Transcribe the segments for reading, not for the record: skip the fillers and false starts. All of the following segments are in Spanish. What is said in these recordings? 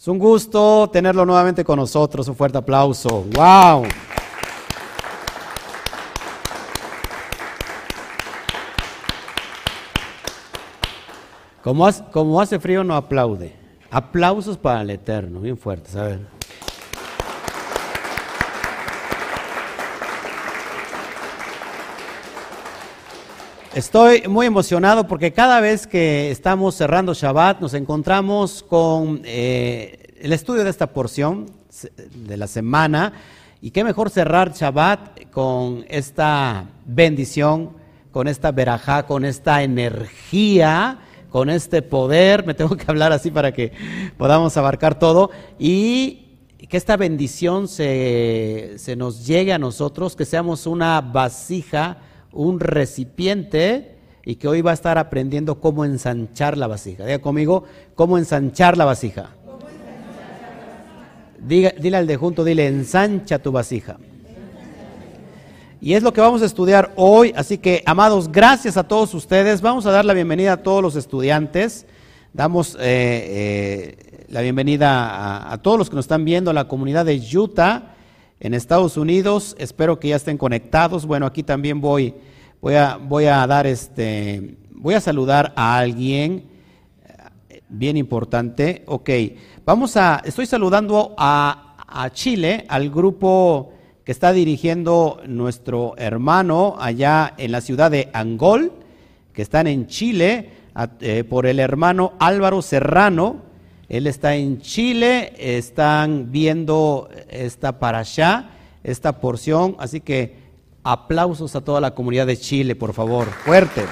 Es un gusto tenerlo nuevamente con nosotros. Un fuerte aplauso. ¡Wow! Como hace frío, no aplaude. Aplausos para el Eterno, bien fuertes. A ver. Estoy muy emocionado porque cada vez que estamos cerrando Shabbat nos encontramos con el estudio de esta porción de la semana, y qué mejor cerrar Shabbat con esta bendición, con esta verajá, con esta energía, con este poder. Me tengo que hablar así para que podamos abarcar todo, y que esta bendición se nos llegue a nosotros, que seamos una vasija, un recipiente, y que hoy va a estar aprendiendo cómo ensanchar la vasija. Diga conmigo, ¿cómo ensanchar la vasija? Dile al de junto, dile, ensancha tu vasija. Y es lo que vamos a estudiar hoy, así que, amados, gracias a todos ustedes. Vamos a dar la bienvenida a todos los estudiantes. Damos la bienvenida a todos los que nos están viendo, a la comunidad de Utah, en Estados Unidos. Espero que ya estén conectados. Bueno, aquí también voy a saludar a alguien bien importante. Ok, estoy saludando a Chile, al grupo que está dirigiendo nuestro hermano allá en la ciudad de Angol, que están en Chile, por el hermano Álvaro Serrano. Él está en Chile, están viendo esta parashá, esta porción, así que aplausos a toda la comunidad de Chile, por favor, fuerte.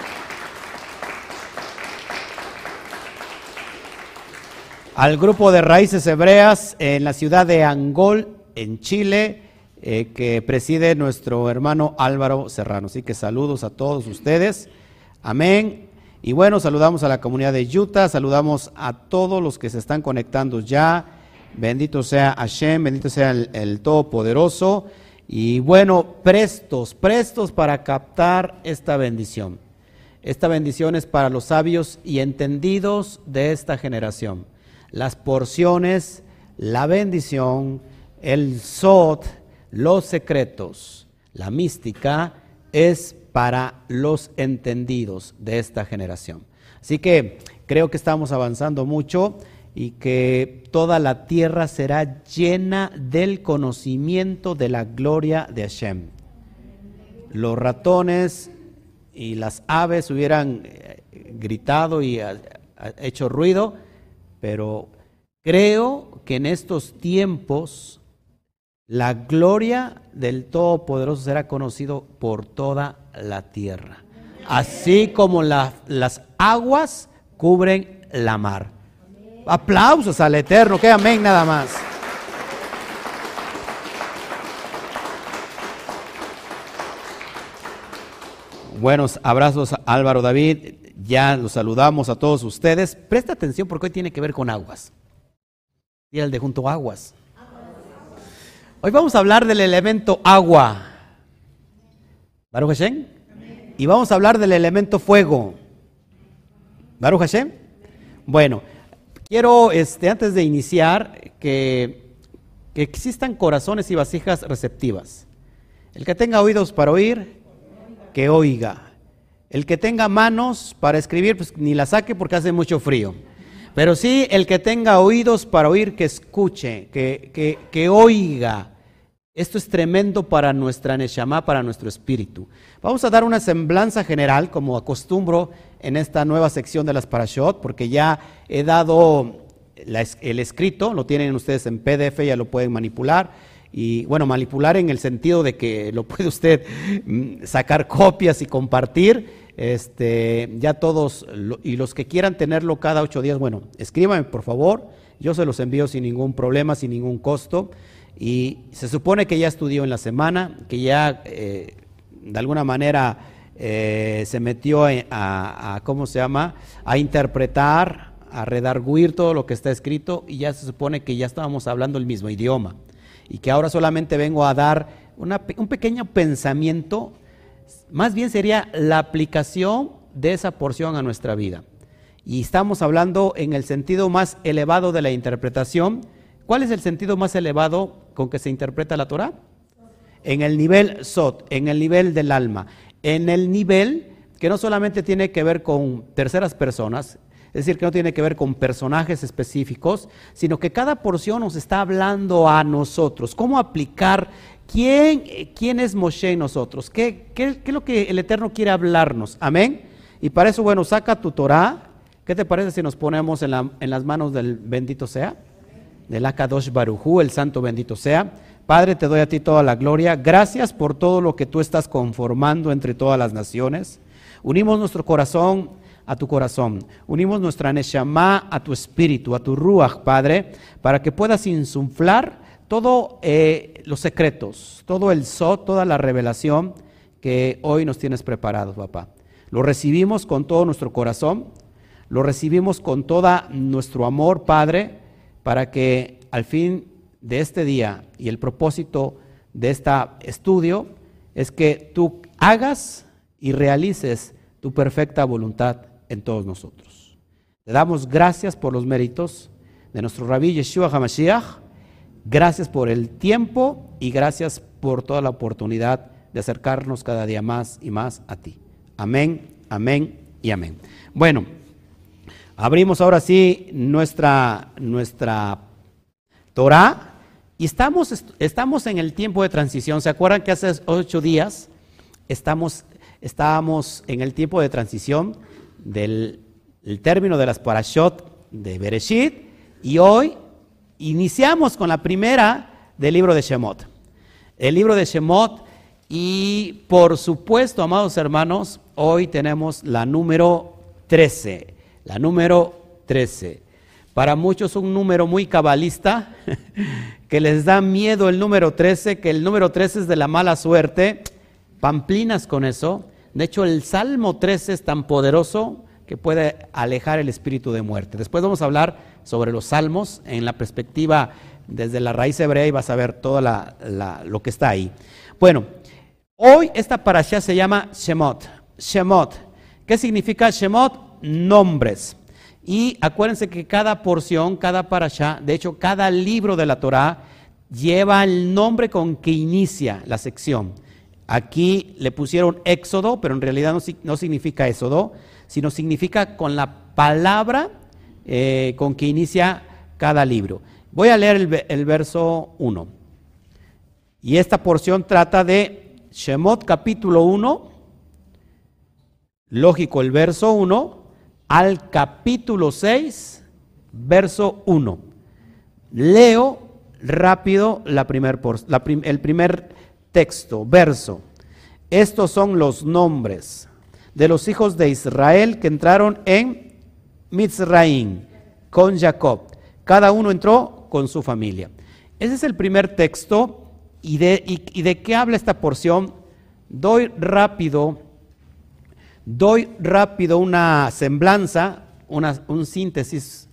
Al grupo de Raíces Hebreas en la ciudad de Angol, en Chile, que preside nuestro hermano Álvaro Serrano. Así que saludos a todos ustedes, amén. Y bueno, saludamos a la comunidad de Utah, saludamos a todos los que se están conectando ya. Bendito sea Hashem, bendito sea el Todopoderoso. Y bueno, prestos para captar esta bendición. Esta bendición es para los sabios y entendidos de esta generación. Las porciones, la bendición, el sod, los secretos, la mística es para los entendidos de esta generación. Así que creo que estamos avanzando mucho y que toda la tierra será llena del conocimiento de la gloria de Hashem. Los ratones y las aves hubieran gritado y hecho ruido, pero creo que en estos tiempos la gloria del Todopoderoso será conocido por toda la tierra, así como las aguas cubren la mar. Aplausos al Eterno, que amén nada más. Buenos abrazos, Álvaro, David, ya los saludamos a todos ustedes. Presta atención porque hoy tiene que ver con aguas. Y el de junto, aguas. Hoy vamos a hablar del elemento agua, Baruch Hashem, y vamos a hablar del elemento fuego, Baruch Hashem. Bueno, quiero antes de iniciar que existan corazones y vasijas receptivas. El que tenga oídos para oír, que oiga. El que tenga manos para escribir, pues ni la saque porque hace mucho frío. Pero sí, el que tenga oídos para oír, que escuche, que oiga. Esto es tremendo para nuestra neshama, para nuestro espíritu. Vamos a dar una semblanza general, como acostumbro en esta nueva sección de las parashot, porque ya he dado el escrito, lo tienen ustedes en PDF, ya lo pueden manipular. Y bueno, manipular en el sentido de que lo puede usted sacar copias y compartir. Ya todos, y los que quieran tenerlo cada 8 días, bueno, escríbanme por favor, yo se los envío sin ningún problema, sin ningún costo. Y se supone que ya estudió en la semana, que ya de alguna manera se metió ¿cómo se llama? A interpretar, a redarguir todo lo que está escrito, y ya se supone que ya estábamos hablando el mismo idioma. Y que ahora solamente vengo a dar un pequeño pensamiento, más bien sería la aplicación de esa porción a nuestra vida. Y estamos hablando en el sentido más elevado de la interpretación. ¿Cuál es el sentido más elevado con que se interpreta la Torah? En el nivel Sot, en el nivel del alma, en el nivel que no solamente tiene que ver con terceras personas, es decir, que no tiene que ver con personajes específicos, sino que cada porción nos está hablando a nosotros. ¿Cómo aplicar? ¿Quién es Moshe en nosotros? ¿Qué es lo que el Eterno quiere hablarnos? Amén. Y para eso, bueno, saca tu Torah. ¿Qué te parece si nos ponemos en las manos del bendito sea? Del Akadosh Baruj Hu, el santo bendito sea. Padre, te doy a ti toda la gloria. Gracias por todo lo que tú estás conformando entre todas las naciones. Unimos nuestro corazón a tu corazón. Unimos nuestra Neshama a tu espíritu, a tu Ruach, Padre, para que puedas insuflar todos los secretos, todo el Sot, toda la revelación que hoy nos tienes preparados, papá. Lo recibimos con todo nuestro corazón, lo recibimos con todo nuestro amor, Padre, para que al fin de este día y el propósito de este estudio es que tú hagas y realices tu perfecta voluntad en todos nosotros. Te damos gracias por los méritos de nuestro Rabí Yeshua HaMashiach, gracias por el tiempo y gracias por toda la oportunidad de acercarnos cada día más y más a ti. Amén, amén y amén. Bueno, abrimos ahora sí nuestra Torah y estamos en el tiempo de transición. ¿Se acuerdan que hace 8 días estábamos en el tiempo de transición del término de las parashot de Bereshit y hoy iniciamos con la primera del libro de Shemot? El libro de Shemot y por supuesto, amados hermanos, hoy tenemos la número 13. La número 13. Para muchos un número muy cabalista, que les da miedo el número 13, que el número 13 es de la mala suerte. Pamplinas con eso. De hecho, el Salmo 13 es tan poderoso que puede alejar el espíritu de muerte. Después vamos a hablar sobre los salmos en la perspectiva desde la raíz hebrea y vas a ver todo lo que está ahí. Bueno, hoy esta parashá se llama Shemot. Shemot. ¿Qué significa Shemot? Nombres. Y acuérdense que cada porción, cada parashá, de hecho cada libro de la Torah lleva el nombre con que inicia la sección. Aquí le pusieron Éxodo, pero en realidad no significa Éxodo, sino significa con la palabra con que inicia cada libro. Voy a leer el verso 1. Y esta porción trata de Shemot capítulo 1, lógico el verso 1, al capítulo 6, verso 1. Leo rápido el primer texto, verso. Estos son los nombres de los hijos de Israel que entraron en Mitzraim con Jacob. Cada uno entró con su familia. Ese es el primer texto. ¿Y de qué habla esta porción? Doy rápido una semblanza, una síntesis,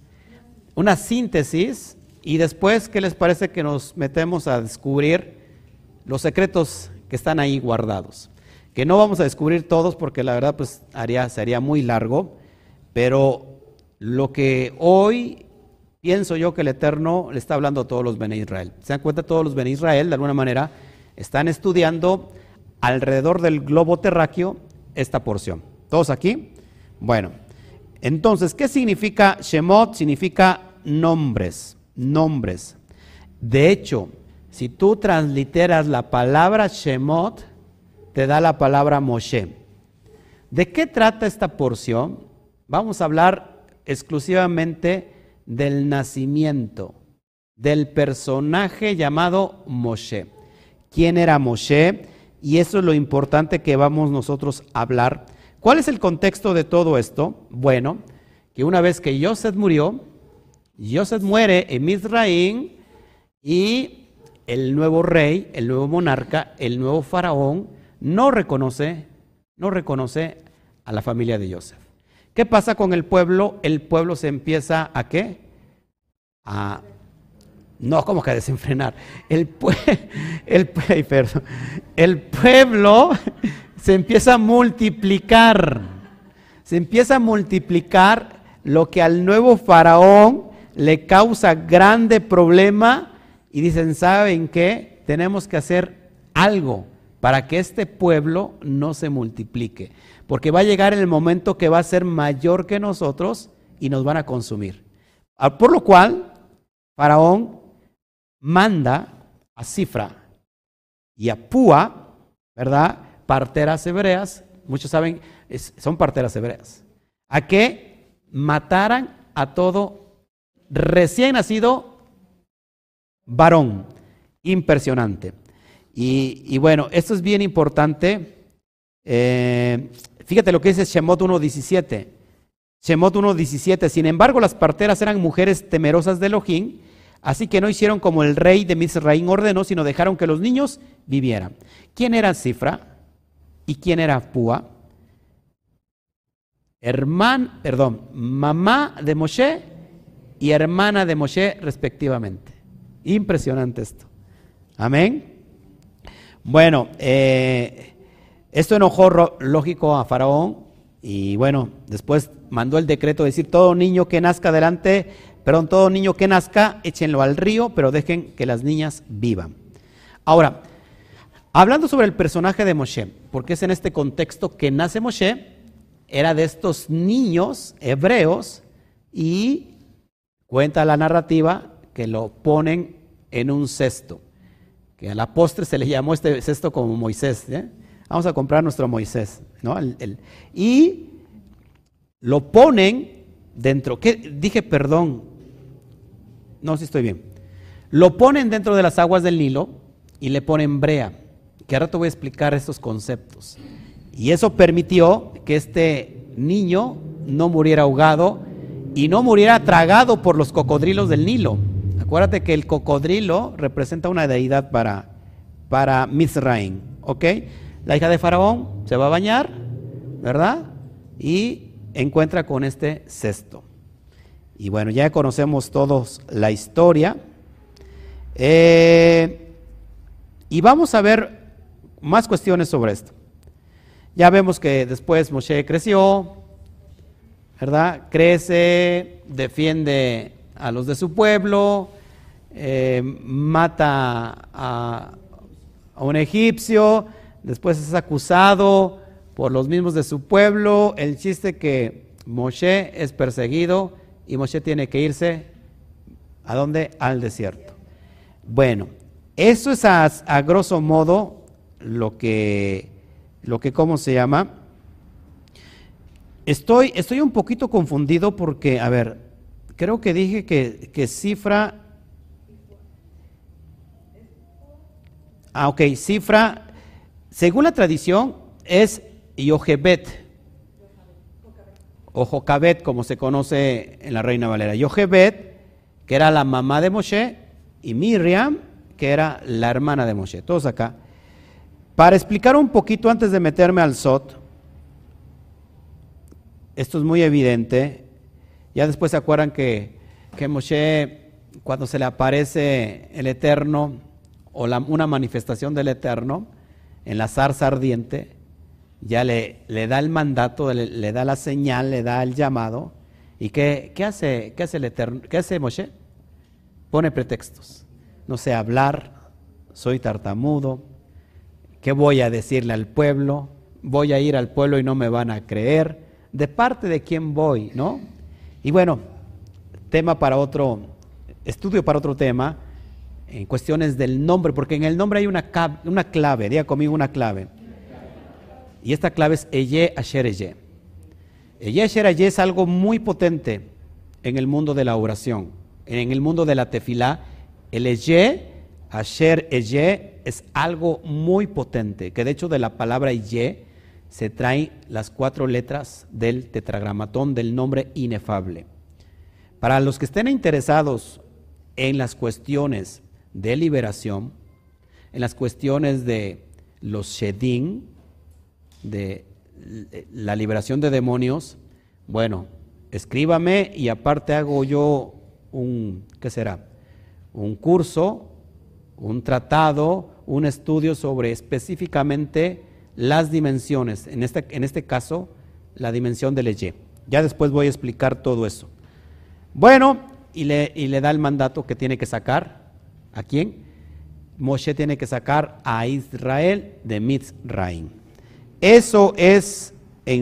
y después, ¿qué les parece que nos metemos a descubrir los secretos que están ahí guardados? Que no vamos a descubrir todos porque la verdad pues sería muy largo, pero lo que hoy pienso yo que el Eterno le está hablando a todos los Bene Israel. ¿Se dan cuenta? Todos los Bene Israel de alguna manera están estudiando alrededor del globo terráqueo esta porción. ¿Todos aquí? Bueno, entonces, ¿qué significa Shemot? Significa nombres. De hecho, si tú transliteras la palabra Shemot, te da la palabra Moshe. ¿De qué trata esta porción? Vamos a hablar exclusivamente del nacimiento, del personaje llamado Moshe. ¿Quién era Moshe? Y eso es lo importante que vamos nosotros a hablar. ¿Cuál es el contexto de todo esto? Bueno, que una vez que Yosef murió, Yosef muere en Mizraim y el nuevo rey, el nuevo monarca, el nuevo faraón no reconoce a la familia de Yosef. ¿Qué pasa con el pueblo? El pueblo se empieza ¿a qué? No, ¿cómo que a desenfrenar? El pueblo se empieza a multiplicar. Se empieza a multiplicar lo que al nuevo faraón le causa grande problema y dicen, ¿saben qué? Tenemos que hacer algo para que este pueblo no se multiplique, porque va a llegar el momento que va a ser mayor que nosotros y nos van a consumir. Por lo cual, Faraón manda a Cifra y a Púa, ¿verdad? Parteras hebreas, muchos saben, son parteras hebreas, a que mataran a todo recién nacido varón. Impresionante. Y bueno, esto es bien importante. Fíjate lo que dice Shemot 1:17. Shemot 1:17. Sin embargo, las parteras eran mujeres temerosas de Elohim, así que no hicieron como el rey de Misraim ordenó, sino dejaron que los niños vivieran. ¿Quién era Cifra y quién era Púa? Mamá de Moshe y hermana de Moshe respectivamente. Impresionante esto. Amén. Bueno, esto enojó lógico a Faraón y bueno, después mandó el decreto de decir todo niño que nazca todo niño que nazca, échenlo al río, pero dejen que las niñas vivan. Ahora, hablando sobre el personaje de Moshe, porque es en este contexto que nace Moshe, era de estos niños hebreos y cuenta la narrativa que lo ponen en un cesto, que a la postre se le llamó este cesto como Moisés, ¿eh? Vamos a comprar nuestro Moisés, ¿no? Y lo ponen dentro, ¿qué? Dije perdón, no, sí estoy bien. Lo ponen dentro de las aguas del Nilo y le ponen brea, que ahora te voy a explicar estos conceptos. Y eso permitió que este niño no muriera ahogado y no muriera tragado por los cocodrilos del Nilo. Acuérdate que el cocodrilo representa una deidad para Misraim, ¿ok? La hija de Faraón se va a bañar, ¿verdad? Y encuentra con este cesto. Y bueno, ya conocemos todos la historia. Y vamos a ver más cuestiones sobre esto. Ya vemos que después Moshe creció, ¿verdad? Crece, defiende a los de su pueblo, mata a un egipcio, después es acusado por los mismos de su pueblo. El chiste que Moshe es perseguido y Moshe tiene que irse, ¿a dónde? Al desierto. Bueno, eso es a grosso modo lo que ¿cómo se llama? Estoy un poquito confundido porque, a ver, creo que dije que Cifra. Ok, Cifra, según la tradición, es Yochebed, o Jocabed, como se conoce en la Reina Valera. Yochebed, que era la mamá de Moshe, y Miriam, que era la hermana de Moshe. Todos acá. Para explicar un poquito antes de meterme al Sot, esto es muy evidente. Ya después se acuerdan que Moshe, cuando se le aparece el Eterno, o una manifestación del Eterno, en la zarza ardiente, ya le da el mandato, le da la señal, le da el llamado. ¿Y qué hace el Eterno? ¿Qué hace Moshe? Pone pretextos. No sé hablar, soy tartamudo. ¿Qué voy a decirle al pueblo? Voy a ir al pueblo y no me van a creer. ¿De parte de quién voy? ¿No? Y bueno, estudio para otro tema, en cuestiones del nombre, porque en el nombre hay una clave, diga conmigo una clave. Y esta clave es Eye Asher Eye. Eye Asher Eye es algo muy potente en el mundo de la oración, en el mundo de la tefilá. El Eye Asher Eye es algo muy potente, que de hecho de la palabra Eye se traen las 4 letras del tetragramatón del nombre inefable. Para los que estén interesados en las cuestiones de liberación, en las cuestiones de los Shedim, de la liberación de demonios, bueno, escríbame y aparte hago yo un curso, un tratado, un estudio sobre específicamente las dimensiones, en este caso, la dimensión del Eye. Ya después voy a explicar todo eso. Bueno, y le da el mandato que tiene que sacar. ¿A quién? Moshe tiene que sacar a Israel de Mitzraim. Eso es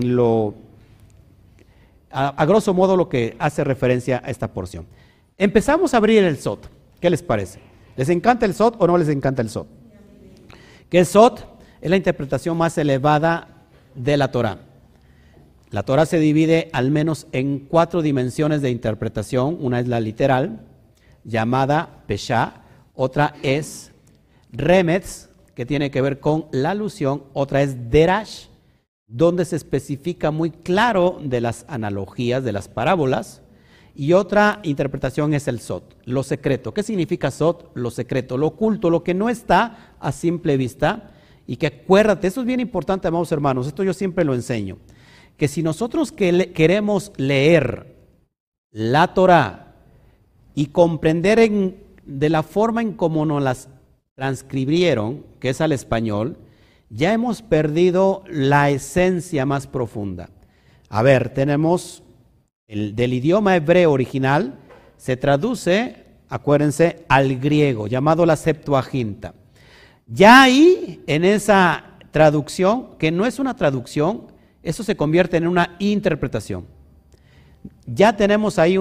a grosso modo lo que hace referencia a esta porción. Empezamos a abrir el Sot. ¿Qué les parece? ¿Les encanta el Sot o no les encanta el Sot? Que el Sot es la interpretación más elevada de la Torah. La Torah se divide al menos en 4 dimensiones de interpretación. Una es la literal, llamada Peshá. Otra es Remetz, que tiene que ver con la alusión. Otra es Derash, donde se especifica muy claro de las analogías, de las parábolas. Y otra interpretación es el Sot, lo secreto. ¿Qué significa Sot? Lo secreto, lo oculto, lo que no está a simple vista. Y que acuérdate, eso es bien importante, amados hermanos, esto yo siempre lo enseño, que si nosotros queremos leer la Torah y comprender de la forma en cómo nos las transcribieron, que es al español, ya hemos perdido la esencia más profunda. A ver, tenemos del idioma hebreo original, se traduce, acuérdense, al griego, llamado la Septuaginta. Ya ahí, en esa traducción, que no es una traducción, eso se convierte en una interpretación. Ya tenemos ahí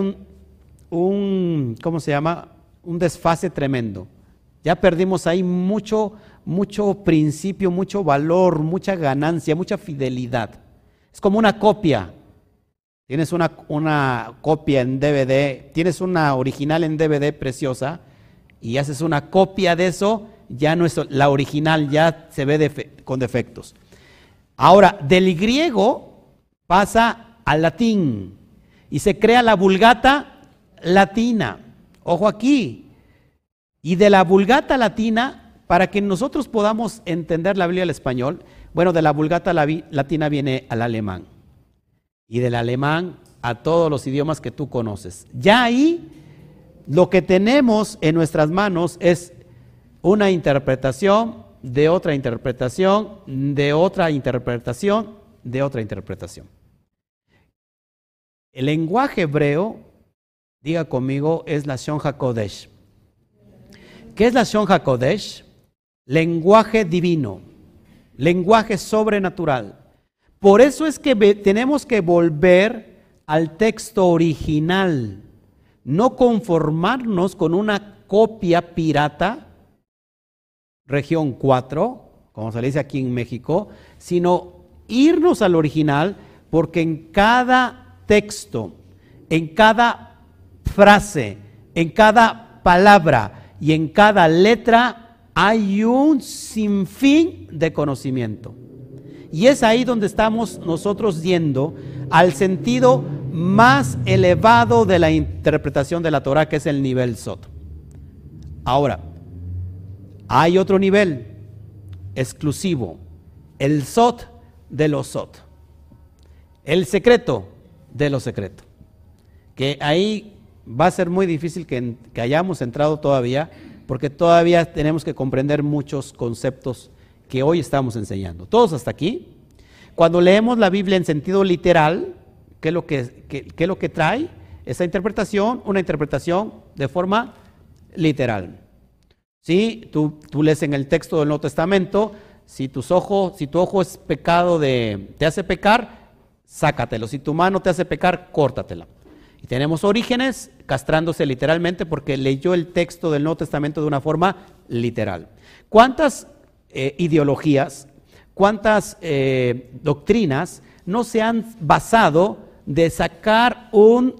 ¿cómo se llama? Un desfase tremendo. Ya perdimos ahí mucho principio, mucho valor, mucha ganancia, mucha fidelidad. Es como una copia. Tienes una copia en DVD, tienes una original en DVD preciosa y haces una copia de eso, ya no es la original, ya se ve con defectos. Ahora, del griego pasa al latín y se crea la Vulgata latina. Ojo aquí. Y de la Vulgata latina, para que nosotros podamos entender la Biblia al español, bueno, de la Vulgata latina viene al alemán. Y del alemán a todos los idiomas que tú conoces. Ya ahí, lo que tenemos en nuestras manos es una interpretación de otra interpretación, de otra interpretación, de otra interpretación. El lenguaje hebreo, diga conmigo, es la Lashon HaKodesh. ¿Qué es la Lashon HaKodesh? Lenguaje divino, lenguaje sobrenatural. Por eso es que tenemos que volver al texto original, no conformarnos con una copia pirata, región 4, como se le dice aquí en México, sino irnos al original, porque en cada texto, en cada frase, en cada palabra y en cada letra hay un sinfín de conocimiento. Y es ahí donde estamos nosotros yendo al sentido más elevado de la interpretación de la Torah, que es el nivel Sot. Ahora, hay otro nivel exclusivo, el Sot de los Sot, el secreto de lo secreto, que ahí va a ser muy difícil que hayamos entrado todavía, porque todavía tenemos que comprender muchos conceptos que hoy estamos enseñando. Todos hasta aquí. Cuando leemos la Biblia en sentido literal, ¿qué es lo que trae esa interpretación? Una interpretación de forma literal. ¿Sí? Tú lees en el texto del Nuevo Testamento, si tu ojo es pecado te hace pecar, sácatelo. Si tu mano te hace pecar, córtatela. Y tenemos Orígenes castrándose literalmente porque leyó el texto del Nuevo Testamento de una forma literal. ¿Cuántas ideologías, cuántas doctrinas no se han basado de sacar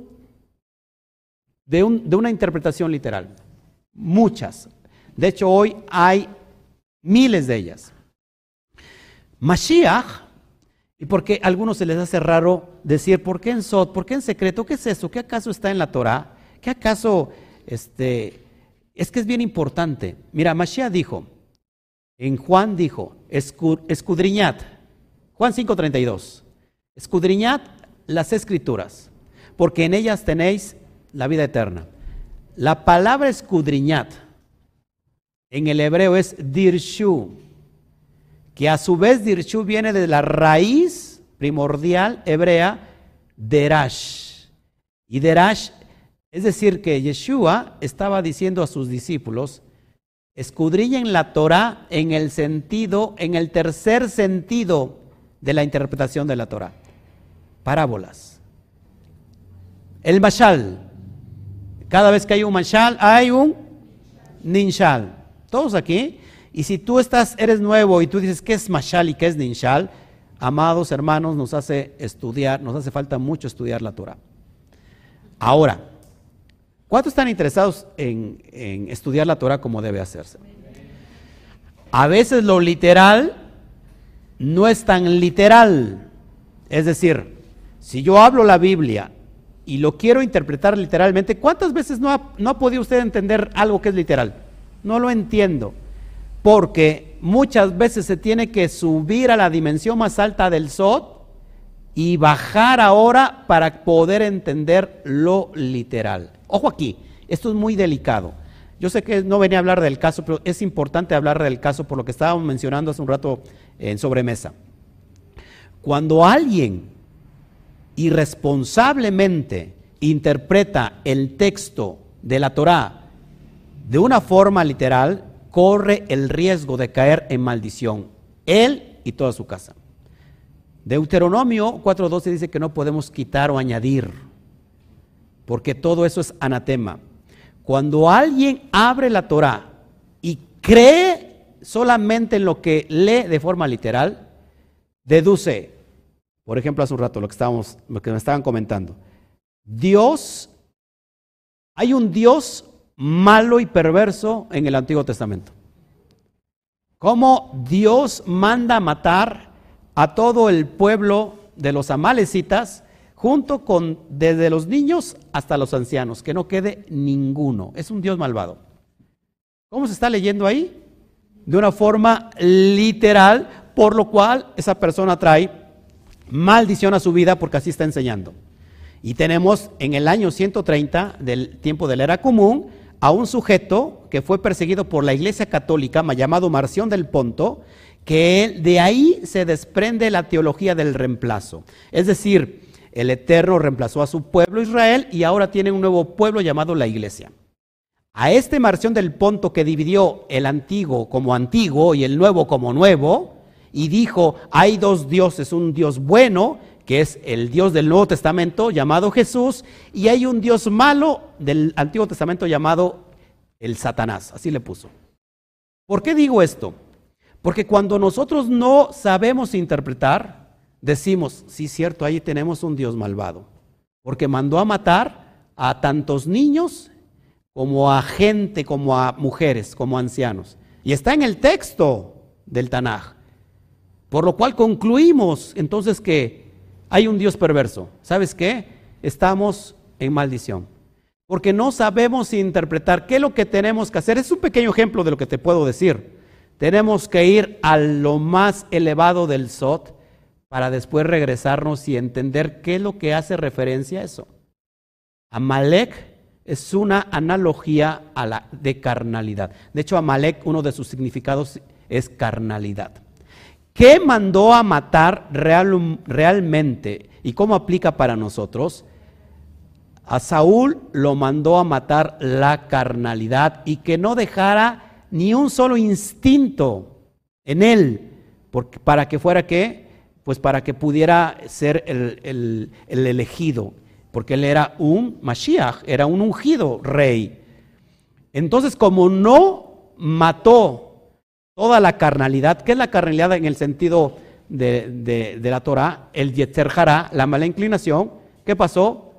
de una interpretación literal? Muchas. De hecho, hoy hay miles de ellas. Mashiach, y porque a algunos se les hace raro decir, ¿por qué en Sot? ¿Por qué en secreto? ¿Qué es eso? ¿Qué acaso está en la Torah? ¿Qué acaso es que es bien importante? Mira, Mashiach dijo, en Juan dijo, escudriñad, Juan 5:32, escudriñad las Escrituras, porque en ellas tenéis la vida eterna. La palabra escudriñad en el hebreo es dirshu, que a su vez dirshu viene de la raíz primordial hebrea Derash. Y Derash, es decir, que Yeshua estaba diciendo a sus discípulos, escudriñen la Torah en el sentido, en el tercer sentido de la interpretación de la Torah. Parábolas. El mashal. Cada vez que hay un mashal, hay un ninshal. Todos aquí. Y si tú eres nuevo y tú dices qué es mashal y qué es ninshal, amados hermanos, nos hace falta mucho estudiar la Torah. Ahora, ¿cuántos están interesados en estudiar la Torah como debe hacerse? A veces lo literal no es tan literal. Es decir, si yo hablo la Biblia y lo quiero interpretar literalmente, ¿cuántas veces no ha podido usted entender algo que es literal? No lo entiendo, porque muchas veces se tiene que subir a la dimensión más alta del Sod y bajar ahora para poder entender lo literal. Ojo aquí, esto es muy delicado. Yo sé que no venía a hablar del caso, pero es importante hablar del caso por lo que estábamos mencionando hace un rato en sobremesa. Cuando alguien irresponsablemente interpreta el texto de la Torá de una forma literal, corre el riesgo de caer en maldición, él y toda su casa. Deuteronomio 4:12 dice que no podemos quitar o añadir, porque todo eso es anatema. Cuando alguien abre la Torá y cree solamente en lo que lee de forma literal, deduce, por ejemplo, hace un rato lo que me estaban comentando, hay un Dios malo y perverso en el Antiguo Testamento. ¿Cómo Dios manda matar a todo el pueblo de los amalecitas, junto con desde los niños hasta los ancianos, que no quede ninguno? Es un Dios malvado. ¿Cómo se está leyendo ahí? De una forma literal, por lo cual esa persona trae maldición a su vida porque así está enseñando. Y tenemos en el año 130 del tiempo de la era común a un sujeto que fue perseguido por la Iglesia Católica llamado Marción del Ponto, que de ahí se desprende la teología del reemplazo. Es decir, el Eterno reemplazó a su pueblo Israel y ahora tiene un nuevo pueblo llamado la Iglesia. A este Marción del Ponto que dividió el antiguo como antiguo y el nuevo como nuevo, y dijo, hay dos dioses, un Dios bueno, que es el Dios del Nuevo Testamento llamado Jesús, y hay un Dios malo del Antiguo Testamento llamado el Satanás, así le puso. ¿Por qué digo esto? Porque cuando nosotros no sabemos interpretar, decimos, sí, cierto, ahí tenemos un Dios malvado, porque mandó a matar a tantos niños como a gente, como a mujeres, como a ancianos. Y está en el texto del Tanaj. Por lo cual concluimos entonces que hay un Dios perverso. ¿Sabes qué? Estamos en maldición. Porque no sabemos interpretar qué es lo que tenemos que hacer. Es un pequeño ejemplo de lo que te puedo decir. Tenemos que ir a lo más elevado del Sod para después regresarnos y entender qué es lo que hace referencia a eso. Amalek es una analogía de carnalidad. De hecho, Amalek, uno de sus significados es carnalidad. ¿Qué mandó a matar realmente y cómo aplica para nosotros? A Saúl lo mandó a matar la carnalidad y que no dejara ni un solo instinto en él, para que fuera ¿qué? Pues para que pudiera ser el elegido, porque él era un Mashiach, era un ungido rey. Entonces, como no mató toda la carnalidad, ¿qué es la carnalidad en el sentido de la Torah? El Yetzer Hará, la mala inclinación. ¿Qué pasó?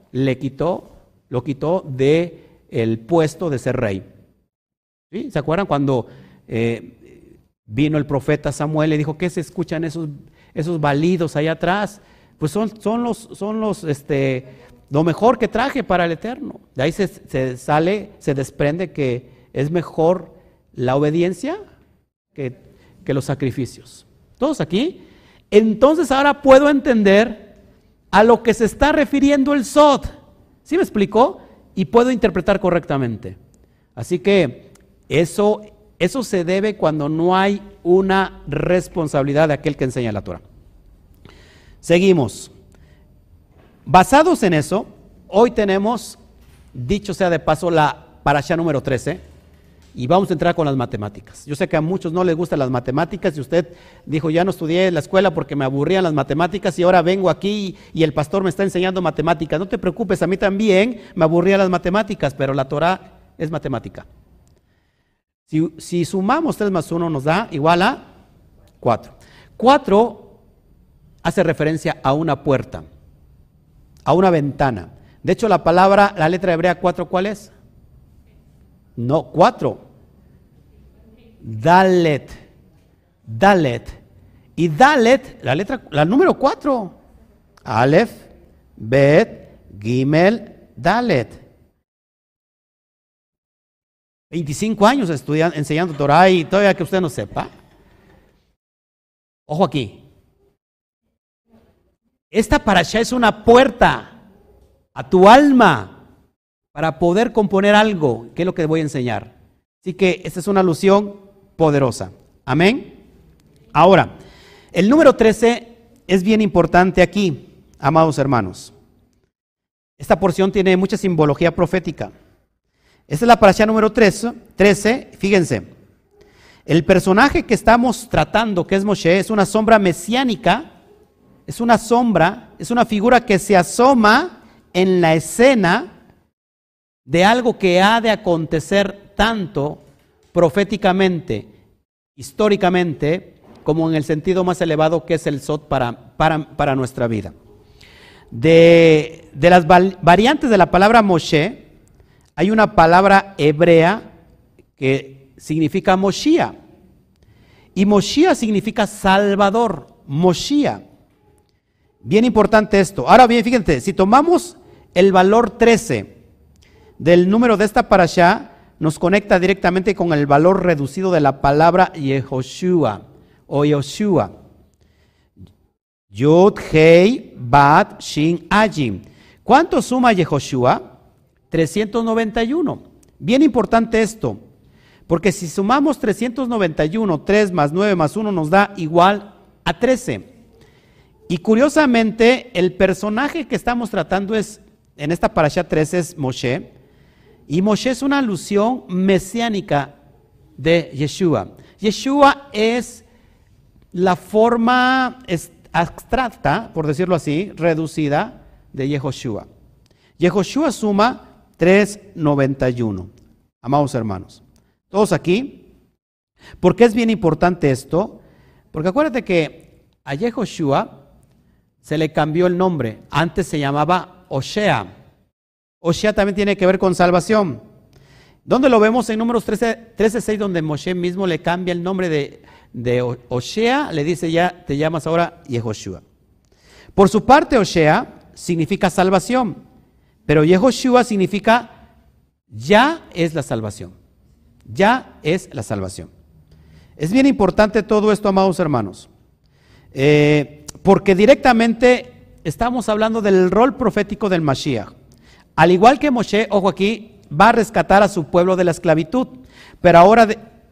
Lo quitó del puesto de ser rey. ¿Sí? ¿Se acuerdan cuando vino el profeta Samuel y dijo, ¿qué se escuchan esos balidos allá atrás? Pues son los lo mejor que traje para el Eterno. De ahí se desprende que es mejor la obediencia que los sacrificios. ¿Todos aquí? Entonces ahora puedo entender a lo que se está refiriendo el Sod. ¿Sí me explicó? Y puedo interpretar correctamente. Así que eso se debe cuando no hay una responsabilidad de aquel que enseña la Torah. Seguimos. Basados en eso, hoy tenemos, dicho sea de paso, la parashá número 13 y vamos a entrar con las matemáticas. Yo sé que a muchos no les gustan las matemáticas y usted dijo, ya no estudié en la escuela porque me aburrían las matemáticas y ahora vengo aquí y el pastor me está enseñando matemáticas. No te preocupes, a mí también me aburrían las matemáticas, pero la Torah es matemática. Si sumamos 3 más 1 nos da igual a 4. 4 hace referencia a una puerta, a una ventana. De hecho, la letra hebrea 4, ¿cuál es? No, 4. Dalet. Y Dalet, la número 4. Aleph, Bet, Gimel, Dalet. 25 años enseñando Torah y todavía que usted no sepa. Ojo aquí. Esta parashá es una puerta a tu alma para poder componer algo, que es lo que voy a enseñar. Así que esta es una alusión poderosa. Amén. Ahora, el número 13 es bien importante aquí, amados hermanos. Esta porción tiene mucha simbología profética. Esta es la parashá número 13, fíjense. El personaje que estamos tratando, que es Moshe, es una sombra mesiánica, es una figura que se asoma en la escena de algo que ha de acontecer tanto proféticamente, históricamente, como en el sentido más elevado que es el Sot para nuestra vida. De las variantes de la palabra Moshe, hay una palabra hebrea que significa Moshiach. Y Moshiach significa Salvador, Moshiach. Bien importante esto. Ahora bien, fíjense, si tomamos el valor 13 del número de esta parashá, nos conecta directamente con el valor reducido de la palabra Yehoshua o Yoshua. Yud, Hei, Bat, Shin, Ajim. ¿Cuánto suma Yehoshua? 391. Bien importante esto, porque si sumamos 391, 3 más 9 más 1 nos da igual a 13. Y curiosamente, el personaje que estamos tratando en esta parashá 13 es Moshe, y Moshe es una alusión mesiánica de Yeshua. Yeshua es la forma abstracta, por decirlo así, reducida de Yehoshua. Yehoshua suma 391. Amados hermanos, todos aquí. ¿Por qué es bien importante esto? Porque acuérdate que a Yehoshua se le cambió el nombre. Antes se llamaba Osea. Osea también tiene que ver con salvación. ¿Dónde lo vemos? En Números 13:6, donde Moshe mismo le cambia el nombre de Osea, le dice ya te llamas ahora Yehoshua. Por su parte, Osea significa salvación. Pero Yehoshua significa ya es la salvación. Ya es la salvación. Es bien importante todo esto, amados hermanos. Porque directamente estamos hablando del rol profético del Mashiach. Al igual que Moshe, ojo aquí, va a rescatar a su pueblo de la esclavitud. Pero ahora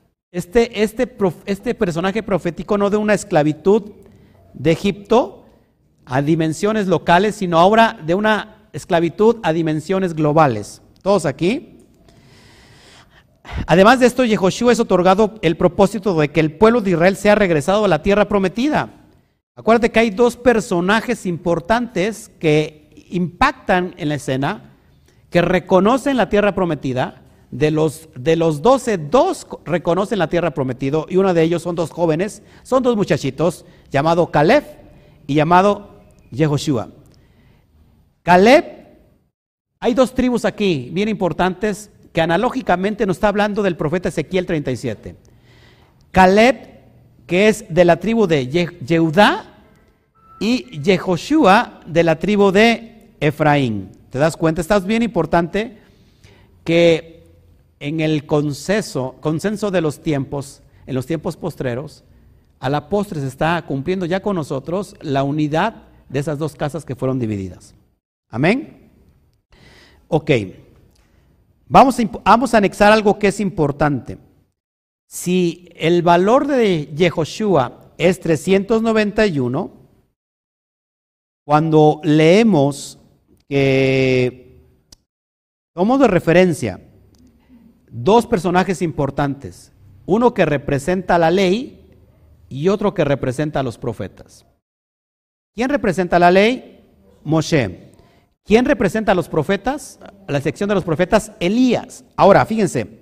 este personaje profético no de una esclavitud de Egipto a dimensiones locales, sino ahora de una esclavitud a dimensiones globales. ¿Todos aquí? Además de esto, Yehoshua es otorgado el propósito de que el pueblo de Israel sea regresado a la tierra prometida. Acuérdate que hay 2 personajes importantes que impactan en la escena, que reconocen la tierra prometida. De los 12, 2 reconocen la tierra prometida y uno de ellos son 2 jóvenes, son 2 muchachitos, llamado Caleb y llamado Yehoshua. Caleb, hay 2 tribus aquí bien importantes que analógicamente nos está hablando del profeta Ezequiel 37. Caleb, que es de la tribu de Yehudá, y Yehoshua de la tribu de Efraín. ¿Te das cuenta? Está bien importante que en el consenso de los tiempos, en los tiempos postreros, a la postre se está cumpliendo ya con nosotros la unidad de esas 2 casas que fueron divididas. Amén. Ok. Vamos a anexar algo que es importante. Si el valor de Yehoshua es 391, cuando leemos que tomamos de referencia dos personajes importantes, uno que representa la ley y otro que representa a los profetas. ¿Quién representa la ley? Moshe. ¿Quién representa a los profetas? A la sección de los profetas, Elías. Ahora, fíjense,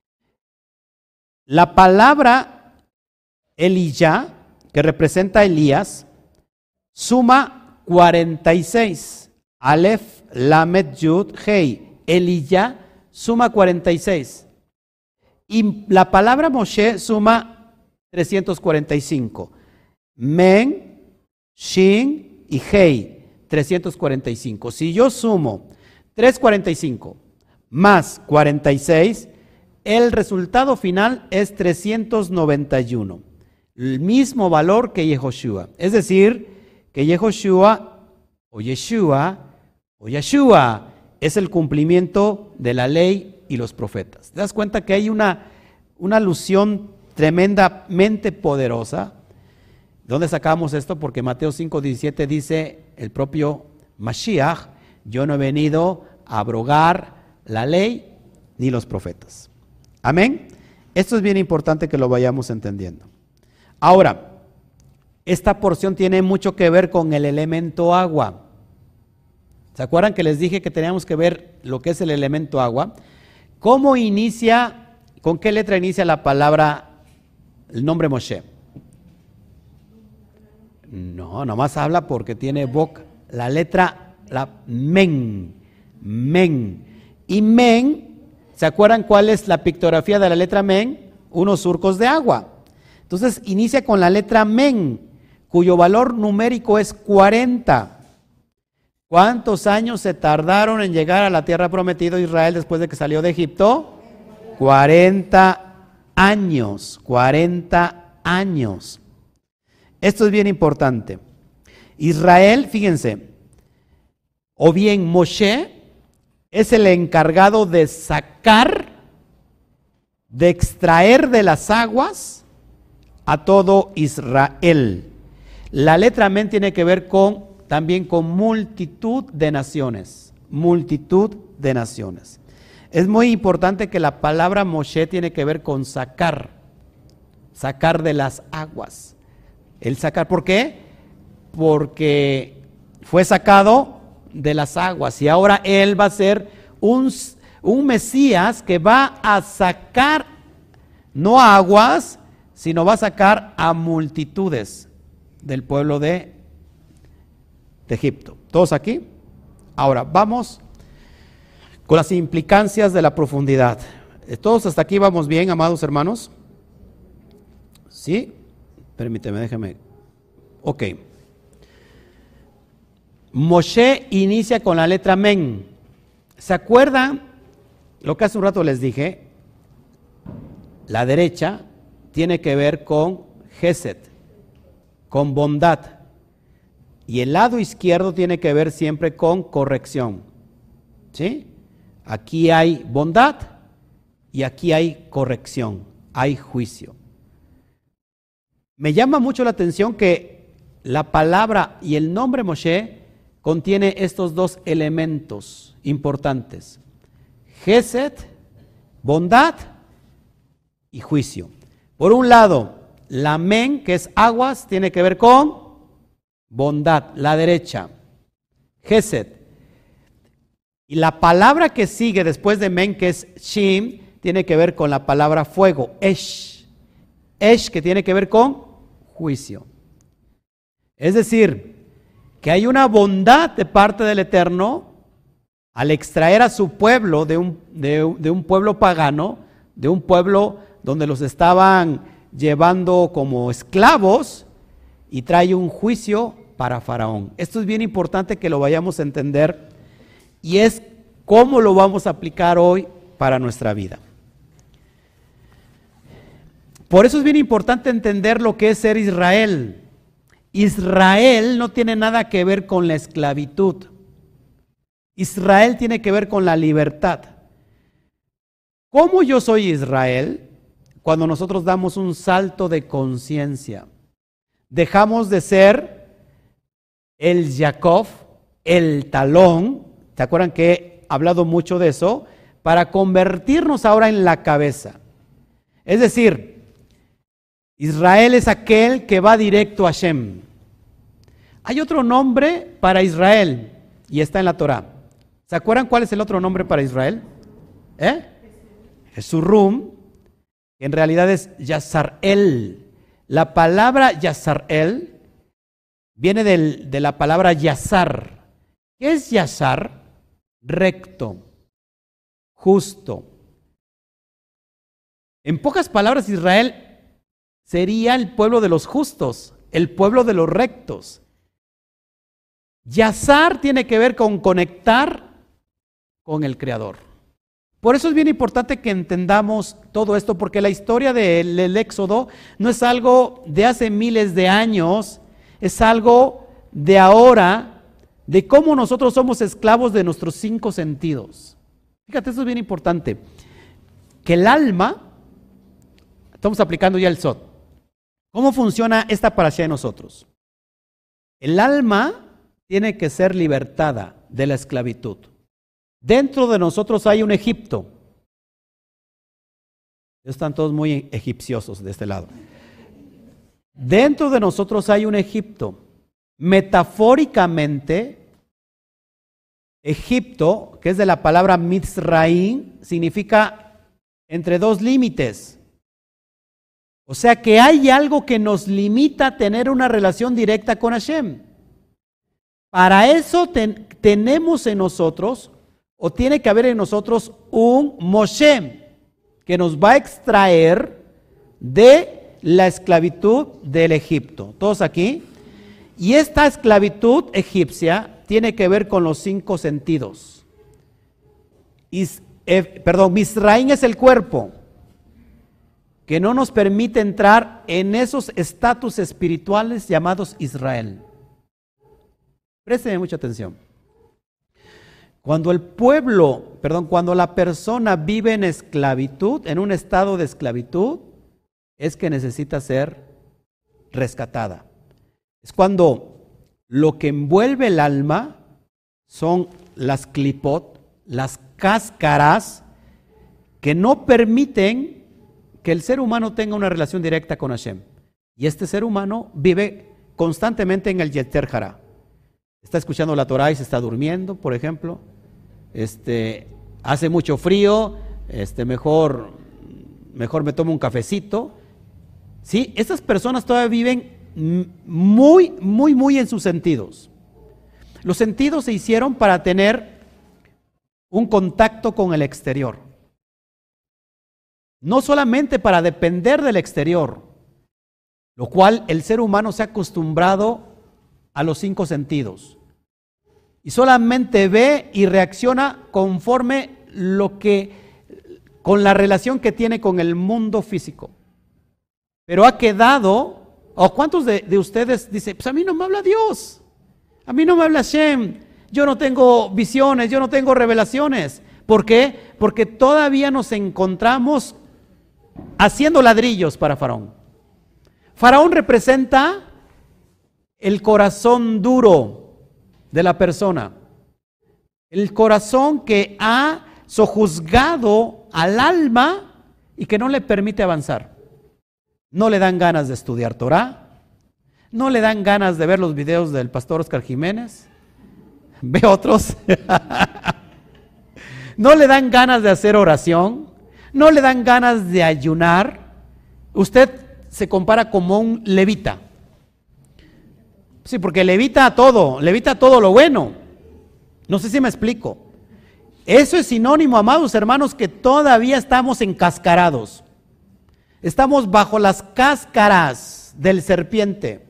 la palabra Elijah, que representa a Elías, suma 46. Aleph, Lamed, Yud, Hei. Elijah suma 46. Y la palabra Moshe suma 345. Men, Shin y Hei, 345. Si yo sumo 345 más 46, el resultado final es 391. El mismo valor que Yehoshua. Es decir, que Yehoshua o Yeshua o Yeshua es el cumplimiento de la ley y los profetas. ¿Te das cuenta que hay una alusión tremendamente poderosa? ¿Dónde sacamos esto? Porque Mateo 5:17 dice el propio Mashiach: yo no he venido a abrogar la ley ni los profetas. Amén. Esto es bien importante que lo vayamos entendiendo. Ahora, esta porción tiene mucho que ver con el elemento agua. ¿Se acuerdan que les dije que teníamos que ver lo que es el elemento agua? ¿Cómo inicia, con qué letra inicia la palabra, el nombre Moshe? No, nomás habla porque tiene boca. La letra, la men. Men. Y men, ¿se acuerdan cuál es la pictografía de la letra men? Unos surcos de agua. Entonces inicia con la letra men, cuyo valor numérico es 40. ¿Cuántos años se tardaron en llegar a la tierra prometida Israel después de que salió de Egipto? 40 años, 40 años. Esto es bien importante. Israel, fíjense, o bien Moshe es el encargado de sacar, de extraer de las aguas a todo Israel. La letra men tiene que ver también con multitud de naciones, multitud de naciones. Es muy importante que la palabra Moshe tiene que ver con sacar, sacar de las aguas. El sacar, ¿por qué? Porque fue sacado de las aguas y ahora él va a ser un Mesías que va a sacar no a aguas, sino va a sacar a multitudes del pueblo de Egipto. ¿Todos aquí? Ahora, vamos con las implicancias de la profundidad. ¿Todos hasta aquí vamos bien, amados hermanos? ¿Sí? Permíteme, déjame. Ok. Moshe inicia con la letra men. ¿Se acuerdan lo que hace un rato les dije? La derecha tiene que ver con Gesed, con bondad. Y el lado izquierdo tiene que ver siempre con corrección. ¿Sí? Aquí hay bondad y aquí hay corrección, hay juicio. Me llama mucho la atención que la palabra y el nombre Moshe contiene estos dos elementos importantes: Gesed, bondad, y juicio. Por un lado, la men, que es aguas, tiene que ver con bondad, la derecha, Gesed. Y la palabra que sigue después de men, que es Shim, tiene que ver con la palabra fuego, Esh. Esh, que tiene que ver con juicio. Es decir, que hay una bondad de parte del Eterno al extraer a su pueblo de un pueblo pagano, de un pueblo donde los estaban llevando como esclavos, y trae un juicio para Faraón. Esto es bien importante que lo vayamos a entender, y es cómo lo vamos a aplicar hoy para nuestra vida. Por eso es bien importante entender lo que es ser Israel. Israel no tiene nada que ver con la esclavitud. Israel tiene que ver con la libertad. ¿Cómo yo soy Israel? Cuando nosotros damos un salto de conciencia. Dejamos de ser el Jacob, el talón, ¿Se acuerdan que he hablado mucho de eso? Para convertirnos ahora en la cabeza. Es decir, Israel es aquel que va directo a Hashem. Hay otro nombre para Israel y está en la Torah. ¿Se acuerdan cuál es el otro nombre para Israel? Jesurrum, que en realidad es Yazarel. La palabra Yazarel viene de la palabra Yazar. ¿Qué es Yazar? Recto, justo. En pocas palabras, Israel sería el pueblo de los justos, el pueblo de los rectos. Yazar tiene que ver con conectar con el Creador. Por eso es bien importante que entendamos todo esto, porque la historia del Éxodo no es algo de hace miles de años, es algo de ahora, de cómo nosotros somos esclavos de nuestros 5 sentidos. Fíjate, eso es bien importante, que el alma, estamos aplicando ya el Sod. ¿Cómo funciona esta parasha de nosotros? El alma tiene que ser libertada de la esclavitud. Dentro de nosotros hay un Egipto. Están todos muy egipciosos de este lado. Dentro de nosotros hay un Egipto. Metafóricamente, Egipto, que es de la palabra Mitzraim, significa entre 2 límites. O sea que hay algo que nos limita a tener una relación directa con Hashem. Para eso tenemos en nosotros, o tiene que haber en nosotros, un Moshe, que nos va a extraer de la esclavitud del Egipto. ¿Todos aquí? Y esta esclavitud egipcia tiene que ver con los 5 sentidos. Misraim es el cuerpo, que no nos permite entrar en esos estatus espirituales llamados Israel. Présteme mucha atención. Cuando cuando la persona vive en esclavitud, en un estado de esclavitud, es que necesita ser rescatada. Es cuando lo que envuelve el alma son las clipot, las cáscaras que no permiten que el ser humano tenga una relación directa con Hashem. Y este ser humano vive constantemente en el Yetzer Hara. Está escuchando la Torah y se está durmiendo, por ejemplo. Hace mucho frío, mejor me tomo un cafecito. ¿Sí? Estas personas todavía viven muy en sus sentidos. Los sentidos se hicieron para tener un contacto con el exterior. No solamente para depender del exterior, lo cual el ser humano se ha acostumbrado a los 5 sentidos. Y solamente ve y reacciona conforme con la relación que tiene con el mundo físico. Pero ha quedado, o ¿cuántos de ustedes dicen, pues a mí no me habla Dios, a mí no me habla Hashem, yo no tengo visiones, yo no tengo revelaciones? ¿Por qué? Porque todavía nos encontramos haciendo ladrillos para Faraón. Faraón representa el corazón duro de la persona, el corazón que ha sojuzgado al alma y que no le permite avanzar. No le dan ganas de estudiar Torah, no le dan ganas de ver los videos del pastor Oscar Jiménez, ve otros, no le dan ganas de hacer oración, no le dan ganas de ayunar. Usted se compara como un levita. Sí, porque levita todo lo bueno. No sé si me explico. Eso es sinónimo, amados hermanos, que todavía estamos encascarados. Estamos bajo las cáscaras del serpiente.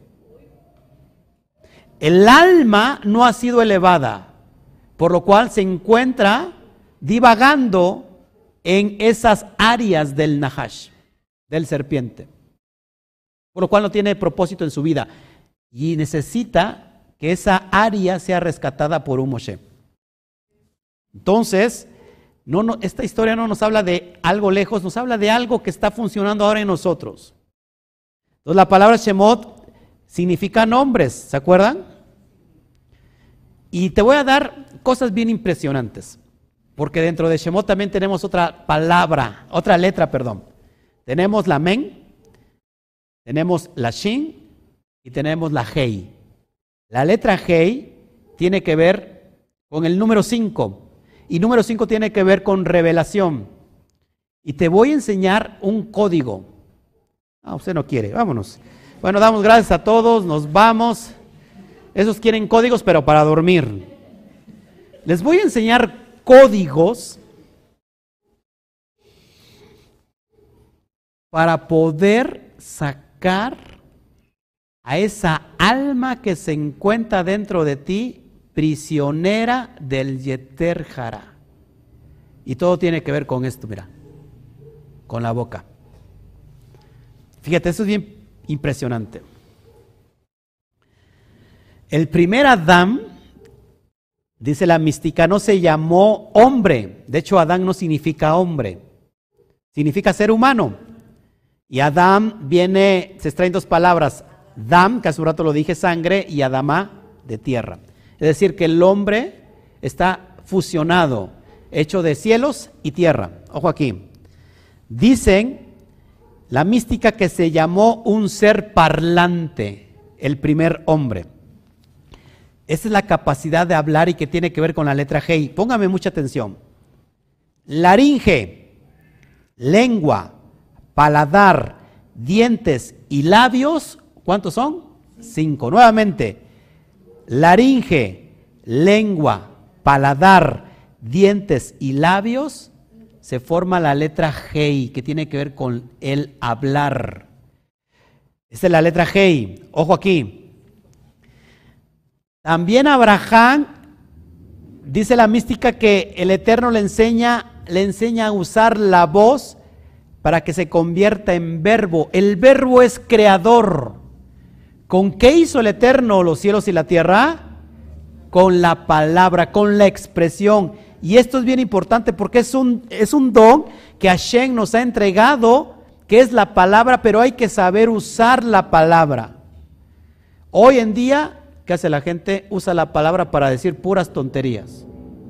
El alma no ha sido elevada, por lo cual se encuentra divagando en esas áreas del Nahash, del serpiente. Por lo cual no tiene propósito en su vida. Y necesita que esa área sea rescatada por un Moshe. Entonces, esta historia no nos habla de algo lejos, nos habla de algo que está funcionando ahora en nosotros. Entonces, la palabra Shemot significa nombres, ¿se acuerdan? Y te voy a dar cosas bien impresionantes, porque dentro de Shemot también tenemos otra palabra, otra letra, perdón. Tenemos la Men, tenemos la Shin y tenemos la Hei. La letra Hei tiene que ver con el número 5 y número 5 tiene que ver con revelación. Y te voy a enseñar un código. Usted no quiere, vámonos. Bueno, damos gracias a todos, nos vamos. Esos quieren códigos, pero para dormir. Les voy a enseñar códigos para poder sacar a esa alma que se encuentra dentro de ti, prisionera del Yeter Hará. Y todo tiene que ver con esto, mira, con la boca. Fíjate, eso es bien impresionante. El primer Adán, dice la mística, no se llamó hombre. De hecho, Adán no significa hombre, significa ser humano. Y Adán viene, se extraen dos palabras, Dam, que hace un rato lo dije, sangre, y Adamá, de tierra. Es decir, que el hombre está fusionado, hecho de cielos y tierra. Ojo aquí. Dicen la mística que se llamó un ser parlante, el primer hombre. Esa es la capacidad de hablar y que tiene que ver con la letra Hei. Póngame mucha atención. Laringe, lengua, paladar, dientes y labios, ¿cuántos son? 5. Nuevamente, laringe, lengua, paladar, dientes y labios, se forma la letra Hei, que tiene que ver con el hablar. Esta es la letra Hei. Ojo aquí. También Abraham, dice la mística que el Eterno le enseña a usar la voz para que se convierta en verbo. El verbo es creador. ¿Con qué hizo el Eterno los cielos y la tierra? Con la palabra, con la expresión. Y esto es bien importante porque es un don que Hashem nos ha entregado, que es la palabra, pero hay que saber usar la palabra. Hoy en día, ¿qué hace la gente? Usa la palabra para decir puras tonterías.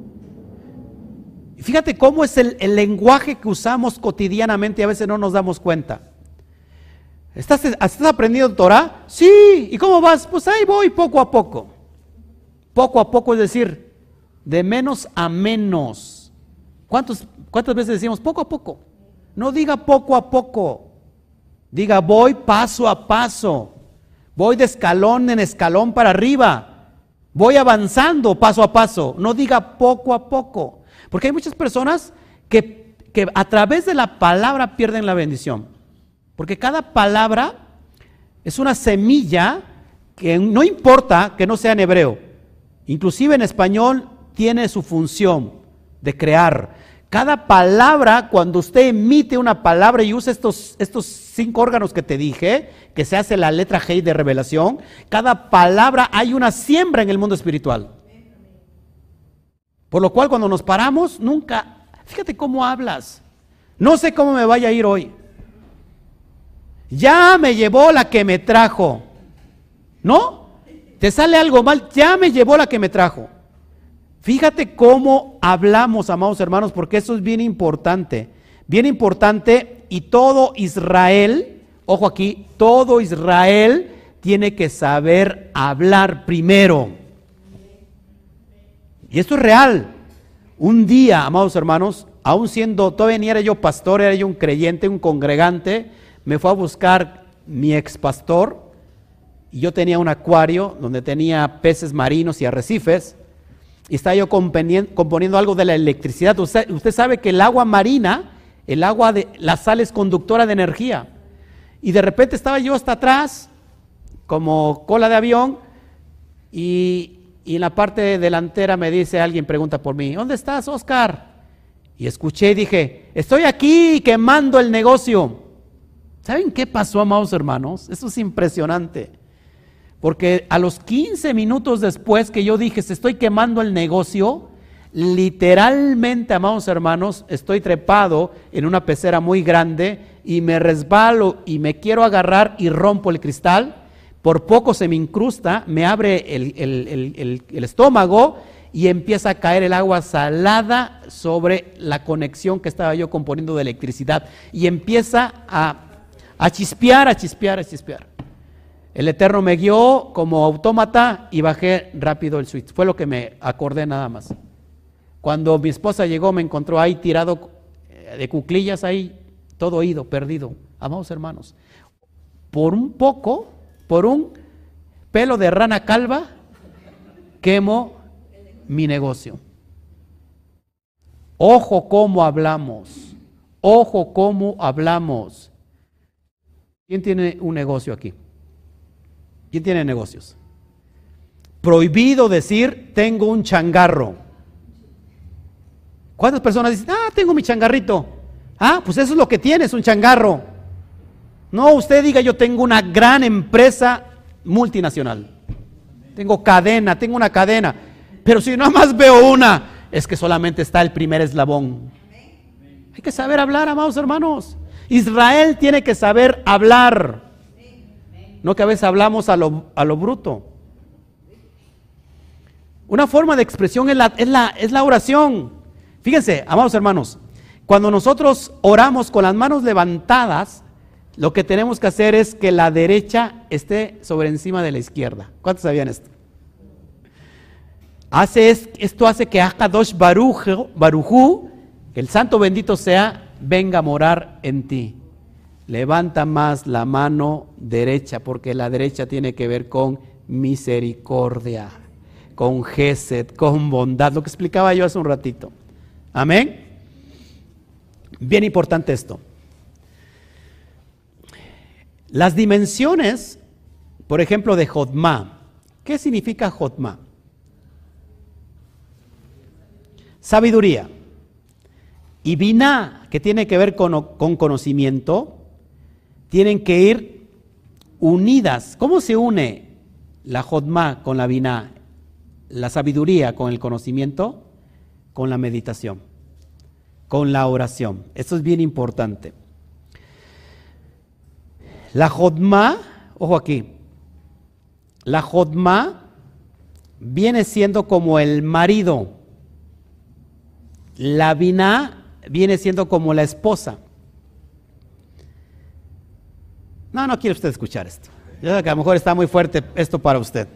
Y fíjate cómo es el lenguaje que usamos cotidianamente y a veces no nos damos cuenta. ¿Estás aprendiendo Torah? Sí. ¿Y cómo vas? Pues ahí voy poco a poco. Poco a poco, es decir, de menos a menos. ¿Cuántas veces decimos poco a poco? No diga poco a poco. Diga voy paso a paso. Voy de escalón en escalón para arriba. Voy avanzando paso a paso. No diga poco a poco. Porque hay muchas personas que a través de la palabra pierden la bendición. Porque cada palabra es una semilla que no importa que no sea en hebreo. Inclusive en español tiene su función de crear. Cada palabra, cuando usted emite una palabra y usa estos 5 órganos que te dije, que se hace la letra Hei de revelación, cada palabra hay una siembra en el mundo espiritual. Por lo cual cuando nos paramos, nunca, fíjate cómo hablas. No sé cómo me vaya a ir hoy. Ya me llevó la que me trajo. ¿No? Te sale algo mal, ya me llevó la que me trajo. Fíjate cómo hablamos, amados hermanos, porque eso es bien importante. Bien importante, y todo Israel, ojo aquí, todo Israel tiene que saber hablar primero. Y esto es real. Un día, amados hermanos, aún siendo, todavía ni era yo pastor, era yo un creyente, un congregante, me fue a buscar mi expastor, y yo tenía un acuario donde tenía peces marinos y arrecifes, y estaba yo componiendo algo de la electricidad. Usted sabe que el agua marina, el agua de la sal es conductora de energía, y de repente estaba yo hasta atrás, como cola de avión, y en la parte delantera me dice alguien, pregunta por mí, ¿dónde estás, Oscar? Y escuché y dije, estoy aquí quemando el negocio. ¿Saben qué pasó, amados hermanos? Eso es impresionante. Porque a los 15 minutos después que yo dije, estoy quemando el negocio, literalmente, amados hermanos, estoy trepado en una pecera muy grande y me resbalo y me quiero agarrar y rompo el cristal, por poco se me incrusta, me abre el estómago y empieza a caer el agua salada sobre la conexión que estaba yo componiendo de electricidad y empieza a chispear, a chispear, a chispear. El Eterno me guió como autómata y bajé rápido el switch. Fue lo que me acordé nada más. Cuando mi esposa llegó me encontró ahí tirado de cuclillas ahí, todo oído, perdido. Amados hermanos, por un pelo de rana calva, quemo mi negocio. Ojo cómo hablamos, ojo cómo hablamos. ¿Quién tiene un negocio aquí? ¿Quién tiene negocios? Prohibido decir, tengo un changarro. ¿Cuántas personas dicen, tengo mi changarrito? Pues eso es lo que tienes, un changarro. No, usted diga, yo tengo una gran empresa multinacional. Tengo una cadena. Pero si nada más veo una, es que solamente está el primer eslabón. Hay que saber hablar, amados hermanos. Israel tiene que saber hablar. No que a veces hablamos a lo bruto. Una forma de expresión es la oración. Fíjense, amados hermanos, cuando nosotros oramos con las manos levantadas, lo que tenemos que hacer es que la derecha esté sobre encima de la izquierda. ¿Cuántos sabían esto? Esto hace que Akadosh Barujú, que el santo bendito sea, venga a morar en ti. Levanta más la mano derecha, porque la derecha tiene que ver con misericordia, con gesed, con bondad, lo que explicaba yo hace un ratito. Amén. Bien importante esto. Las dimensiones, por ejemplo, de Jodma. ¿Qué significa Jodma? Sabiduría. Y Biná, que tiene que ver con conocimiento, tienen que ir unidas. ¿Cómo se une la Jodma con la Biná? La sabiduría con el conocimiento, con la meditación, con la oración. Esto es bien importante. La Jodma, ojo aquí, la Jodma viene siendo como el marido. La Biná viene siendo como la esposa. No quiere usted escuchar esto. Yo creo que a lo mejor está muy fuerte esto para usted.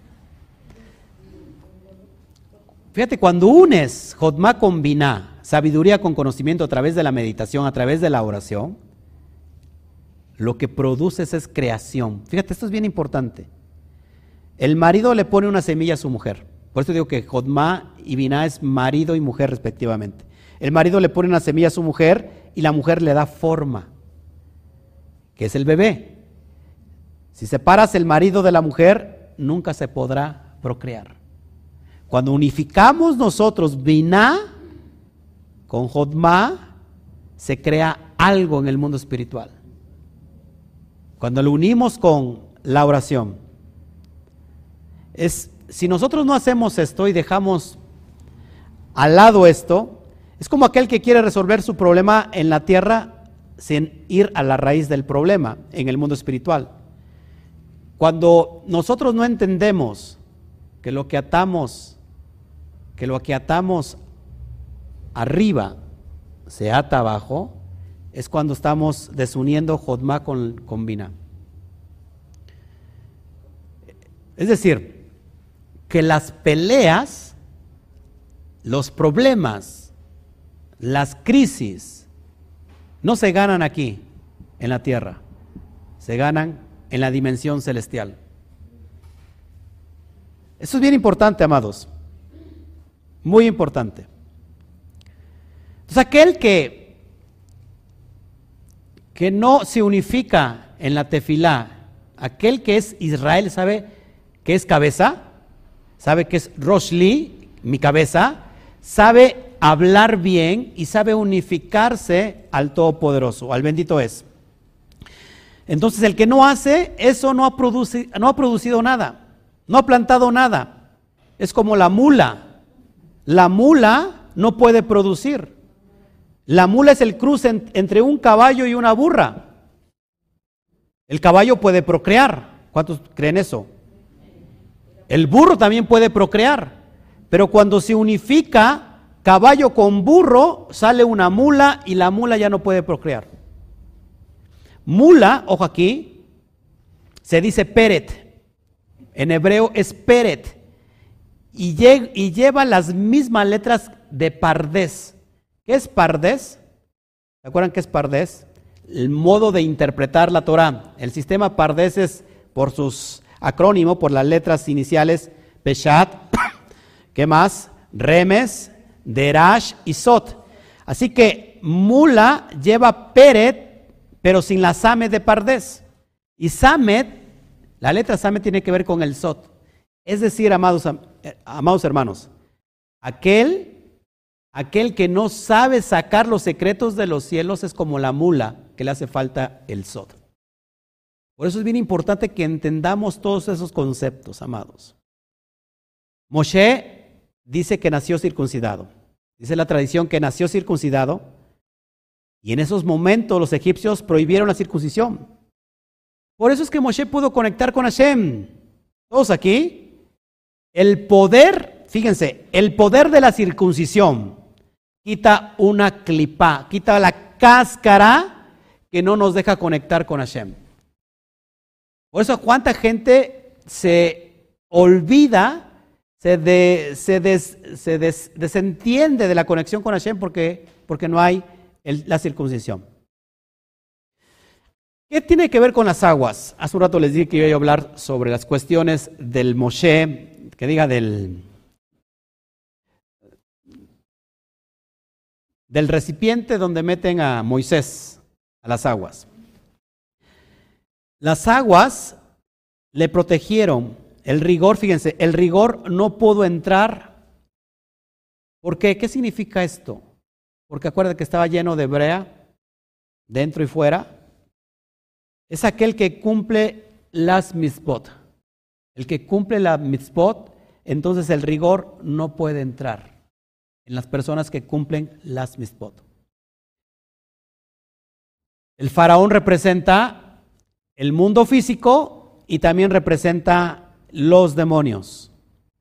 Fíjate, cuando unes Jodma con Biná, sabiduría con conocimiento a través de la meditación, a través de la oración, lo que produces es creación. Fíjate, esto es bien importante. El marido le pone una semilla a su mujer. Por eso digo que Jodma y Biná es marido y mujer respectivamente. El marido le pone una semilla a su mujer y la mujer le da forma, que es el bebé. Si separas el marido de la mujer, nunca se podrá procrear. Cuando unificamos nosotros Biná con Jodma, se crea algo en el mundo espiritual. Cuando lo unimos con la oración, si nosotros no hacemos esto y dejamos al lado esto, es como aquel que quiere resolver su problema en la tierra sin ir a la raíz del problema en el mundo espiritual. Cuando nosotros no entendemos que lo que atamos arriba se ata abajo, es cuando estamos desuniendo Jodma con Biná. Es decir, que las peleas, los problemas, las crisis, no se ganan aquí, en la tierra, se ganan en la dimensión celestial. Eso es bien importante, amados, muy importante. Entonces, aquel que no se unifica en la tefilá, aquel que es Israel, ¿sabe qué es cabeza? ¿Sabe qué es Roshli, mi cabeza? Sabe hablar bien y sabe unificarse al Todopoderoso, al bendito es. Entonces el que no hace eso no ha producido nada, no ha plantado nada. Es como la mula. La mula no puede producir. La mula es el cruce entre un caballo y una burra. El caballo puede procrear, ¿Cuántos creen eso? El burro también puede procrear, pero cuando se unifica caballo con burro, sale una mula y la mula ya no puede procrear. Mula, ojo aquí, se dice peret, en hebreo es peret, y lleva las mismas letras de pardés. ¿Qué es pardés? ¿Se acuerdan qué es pardés? El modo de interpretar la Torah. El sistema pardés es por sus acrónimos, por las letras iniciales, Peshat, ¿qué más? Remes, Derash y Sot. Así que mula lleva peret, pero sin la samet de pardés. Y samet, la letra samet tiene que ver con el Sot. Es decir, amados hermanos, aquel que no sabe sacar los secretos de los cielos es como la mula que le hace falta el Sot. Por eso es bien importante que entendamos todos esos conceptos, amados. Moshe dice que nació circuncidado. Dice la tradición que nació circuncidado y en esos momentos los egipcios prohibieron la circuncisión. Por eso es que Moshe pudo conectar con Hashem. Todos aquí, el poder, fíjense, el poder de la circuncisión quita una clipá, quita la cáscara que no nos deja conectar con Hashem. Por eso cuánta gente se olvida, se desentiende de la conexión con Hashem porque no hay la circuncisión. ¿Qué tiene que ver con las aguas? Hace un rato les dije que iba a hablar sobre las cuestiones del Moshe, que diga del recipiente donde meten a Moisés a las aguas. Las aguas le protegieron. El rigor, fíjense, el rigor no pudo entrar. ¿Por qué? ¿Qué significa esto? Porque acuérdense que estaba lleno de brea, dentro y fuera. Es aquel que cumple las mitzvot. El que cumple la mitzvot, entonces el rigor no puede entrar en las personas que cumplen las mitzvot. El faraón representa el mundo físico y también representa los demonios.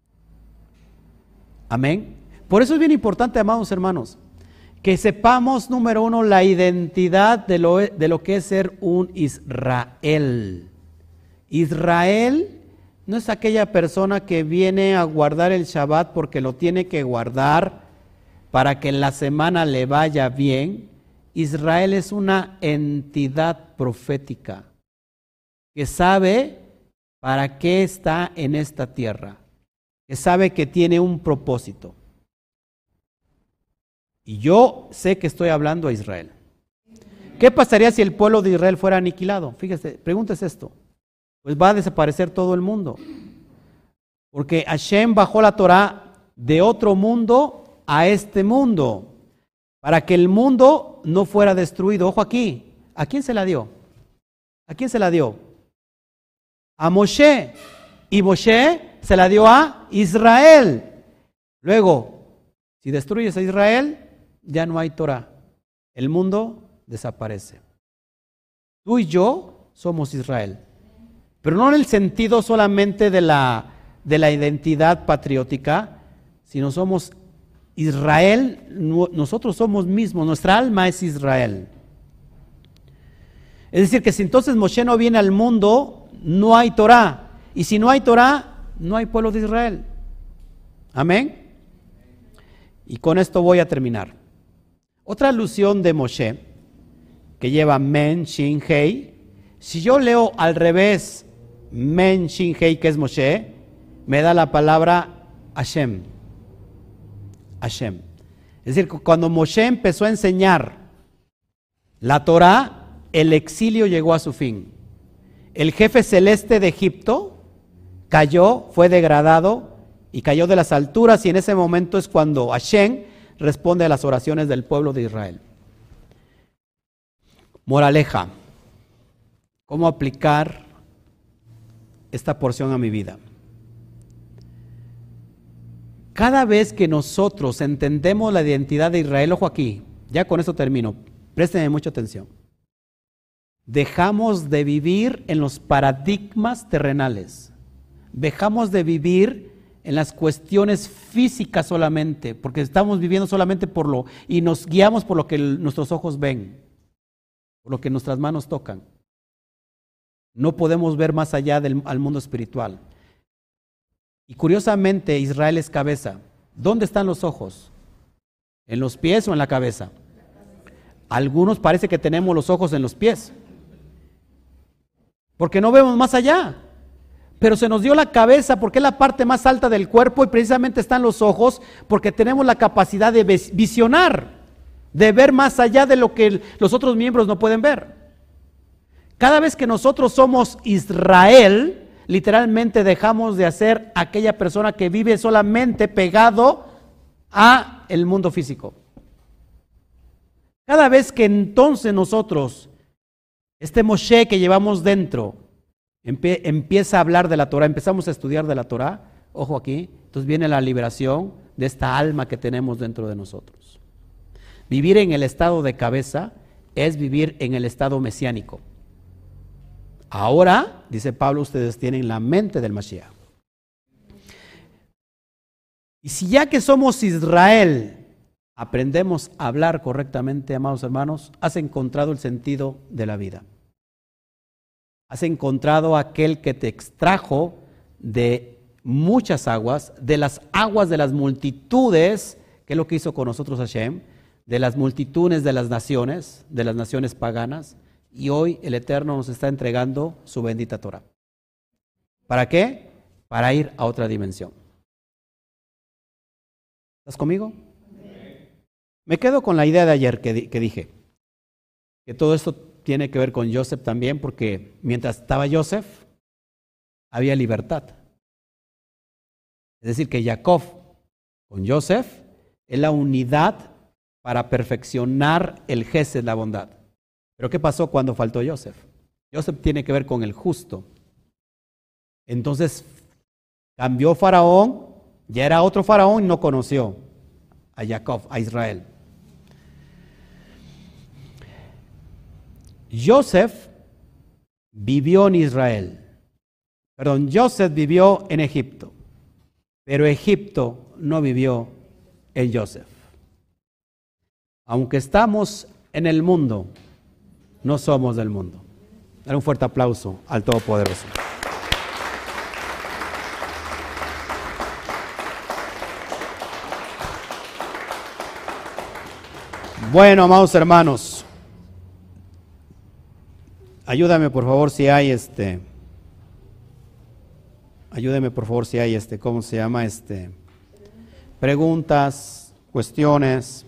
Amén. Por eso es bien importante, amados hermanos, que sepamos, número uno, la identidad de lo que es ser un Israel. Israel no es aquella persona que viene a guardar el Shabbat porque lo tiene que guardar para que en la semana le vaya bien. Israel es una entidad profética que sabe para qué está en esta tierra, que sabe que tiene un propósito. Y yo sé que estoy hablando a Israel. ¿Qué pasaría si el pueblo de Israel fuera aniquilado? Fíjese, pregúntese esto. Pues va a desaparecer todo el mundo. Porque Hashem bajó la Torah de otro mundo a este mundo, para que el mundo no fuera destruido. Ojo aquí, ¿a quién se la dio? ¿A quién se la dio? A Moshe, y Moshe se la dio a Israel. Luego, si destruyes a Israel, ya no hay Torah. El mundo desaparece. Tú y yo somos Israel, pero no en el sentido solamente de la identidad patriótica, sino somos Israel, nosotros somos mismos, nuestra alma es Israel. Es decir, que si entonces Moshe no viene al mundo, no hay Torah. Y si no hay Torah, no hay pueblo de Israel. Amén. Y con esto voy a terminar. Otra alusión de Moshe, que lleva Men, Shin, Hei. Si yo leo al revés, Men, Shin, Hei, que es Moshe, me da la palabra Hashem. Hashem. Es decir, cuando Moshe empezó a enseñar la Torah, el exilio llegó a su fin. El jefe celeste de Egipto cayó, fue degradado y cayó de las alturas, y en ese momento es cuando Hashem responde a las oraciones del pueblo de Israel. Moraleja, ¿cómo aplicar esta porción a mi vida? Cada vez que nosotros entendemos la identidad de Israel, ojo aquí, ya con esto termino, préstenme mucha atención. dejamos de vivir en los paradigmas terrenales, dejamos de vivir en las cuestiones físicas solamente, porque estamos viviendo solamente y nos guiamos por lo que nuestros ojos ven, por lo que nuestras manos tocan. No podemos ver más allá al mundo espiritual. Y curiosamente, Israel es cabeza. ¿Dónde están los ojos? ¿En los pies o en la cabeza? Algunos parece que tenemos los ojos en los pies, porque no vemos más allá. Pero se nos dio la cabeza porque es la parte más alta del cuerpo y precisamente están los ojos porque tenemos la capacidad de visionar, de ver más allá de lo que los otros miembros no pueden ver. Cada vez que nosotros somos Israel, literalmente dejamos de ser aquella persona que vive solamente pegado a el mundo físico. Cada vez que entonces nosotros, este Moshe que llevamos dentro, empieza a hablar de la Torah, empezamos a estudiar de la Torah, ojo aquí, entonces viene la liberación de esta alma que tenemos dentro de nosotros. Vivir en el estado de cabeza es vivir en el estado mesiánico. Ahora, dice Pablo, ustedes tienen la mente del Mashiach. Y si ya que somos Israel, aprendemos a hablar correctamente, amados hermanos, has encontrado el sentido de la vida. Has encontrado aquel que te extrajo de muchas aguas, de las aguas de las multitudes, que es lo que hizo con nosotros Hashem, de las multitudes de las naciones paganas, y hoy el Eterno nos está entregando su bendita Torah. ¿Para qué? Para ir a otra dimensión. ¿Estás conmigo? Me quedo con la idea de ayer que dije, que todo esto tiene que ver con Joseph también, porque mientras estaba Joseph, había libertad. Es decir, que Jacob con Joseph es la unidad para perfeccionar el gesed, la bondad. Pero ¿qué pasó cuando faltó Joseph? Joseph tiene que ver con el justo. Entonces cambió Faraón, ya era otro Faraón y no conoció a Jacob, a Israel. Joseph vivió en Israel. Joseph vivió en Egipto, pero Egipto no vivió en Joseph. Aunque estamos en el mundo, no somos del mundo. Dar un fuerte aplauso al Todopoderoso. Bueno, amados hermanos, ayúdame por favor si hay ¿cómo se llama? Preguntas, cuestiones.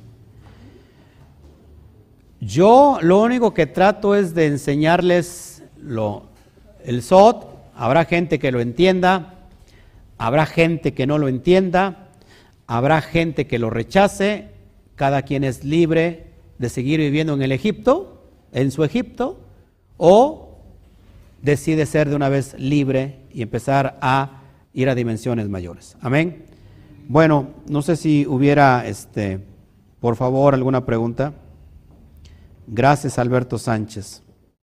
Yo lo único que trato es de enseñarles el Sod. Habrá gente que lo entienda, habrá gente que no lo entienda, habrá gente que lo rechace. Cada quien es libre de seguir viviendo en el Egipto, en su Egipto, o decide ser de una vez libre y empezar a ir a dimensiones mayores. Amén. Bueno, no sé si hubiera, por favor, alguna pregunta. Gracias, Alberto Sánchez.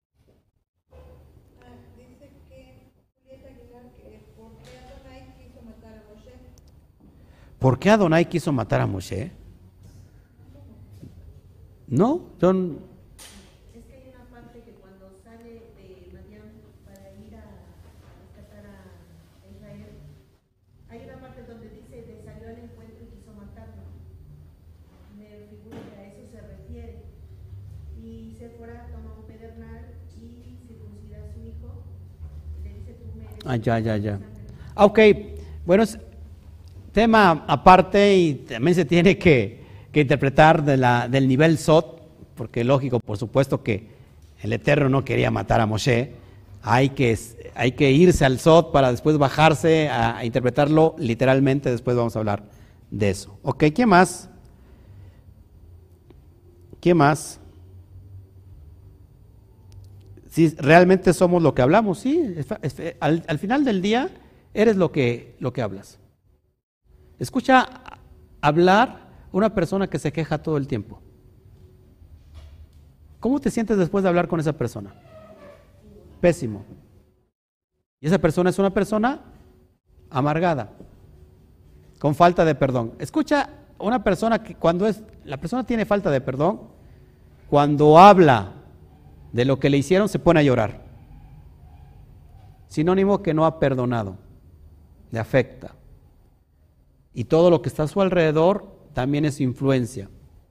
Dice que Julieta Aguilar, que ¿por qué Adonai quiso matar a Moshe? ¿Por qué Adonai quiso matar a Moshe? No, Es que hay una parte que cuando sale de Madián para ir a rescatar a Israel, hay una parte donde dice que salió al encuentro y quiso matarlo. Me figuro que a eso se refiere. Y Séfora toma un pedernal y circuncida a su hijo y le dice: tú mereces. ya. Ok, bueno, es tema aparte y también se tiene que interpretar del nivel Sod, porque es lógico, por supuesto, que el Eterno no quería matar a Moshe. Hay que irse al Sod para después bajarse a interpretarlo literalmente. Después vamos a hablar de eso. Ok, ¿qué más? Si realmente somos lo que hablamos, sí, al final del día eres lo que hablas. Escucha hablar una persona que se queja todo el tiempo. ¿Cómo te sientes después de hablar con esa persona? pésimo. Y esa persona es una persona amargada, con falta de perdón. Escucha, una persona que la persona tiene falta de perdón, cuando habla de lo que le hicieron se pone a llorar. Sinónimo que no ha perdonado, le afecta. Y todo lo que está a su alrededor también es influencia.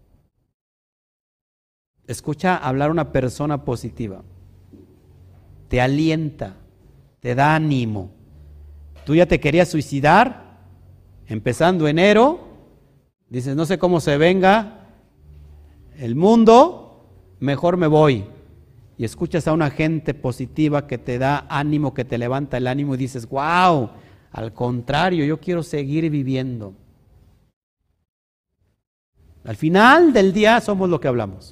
Escucha hablar una persona positiva, te alienta, te da ánimo. Tú ya te querías suicidar, empezando enero, dices, no sé cómo se venga el mundo, mejor me voy. Y escuchas a una gente positiva que te da ánimo, que te levanta el ánimo y dices, wow, al contrario, yo quiero seguir viviendo. Al final del día somos lo que hablamos.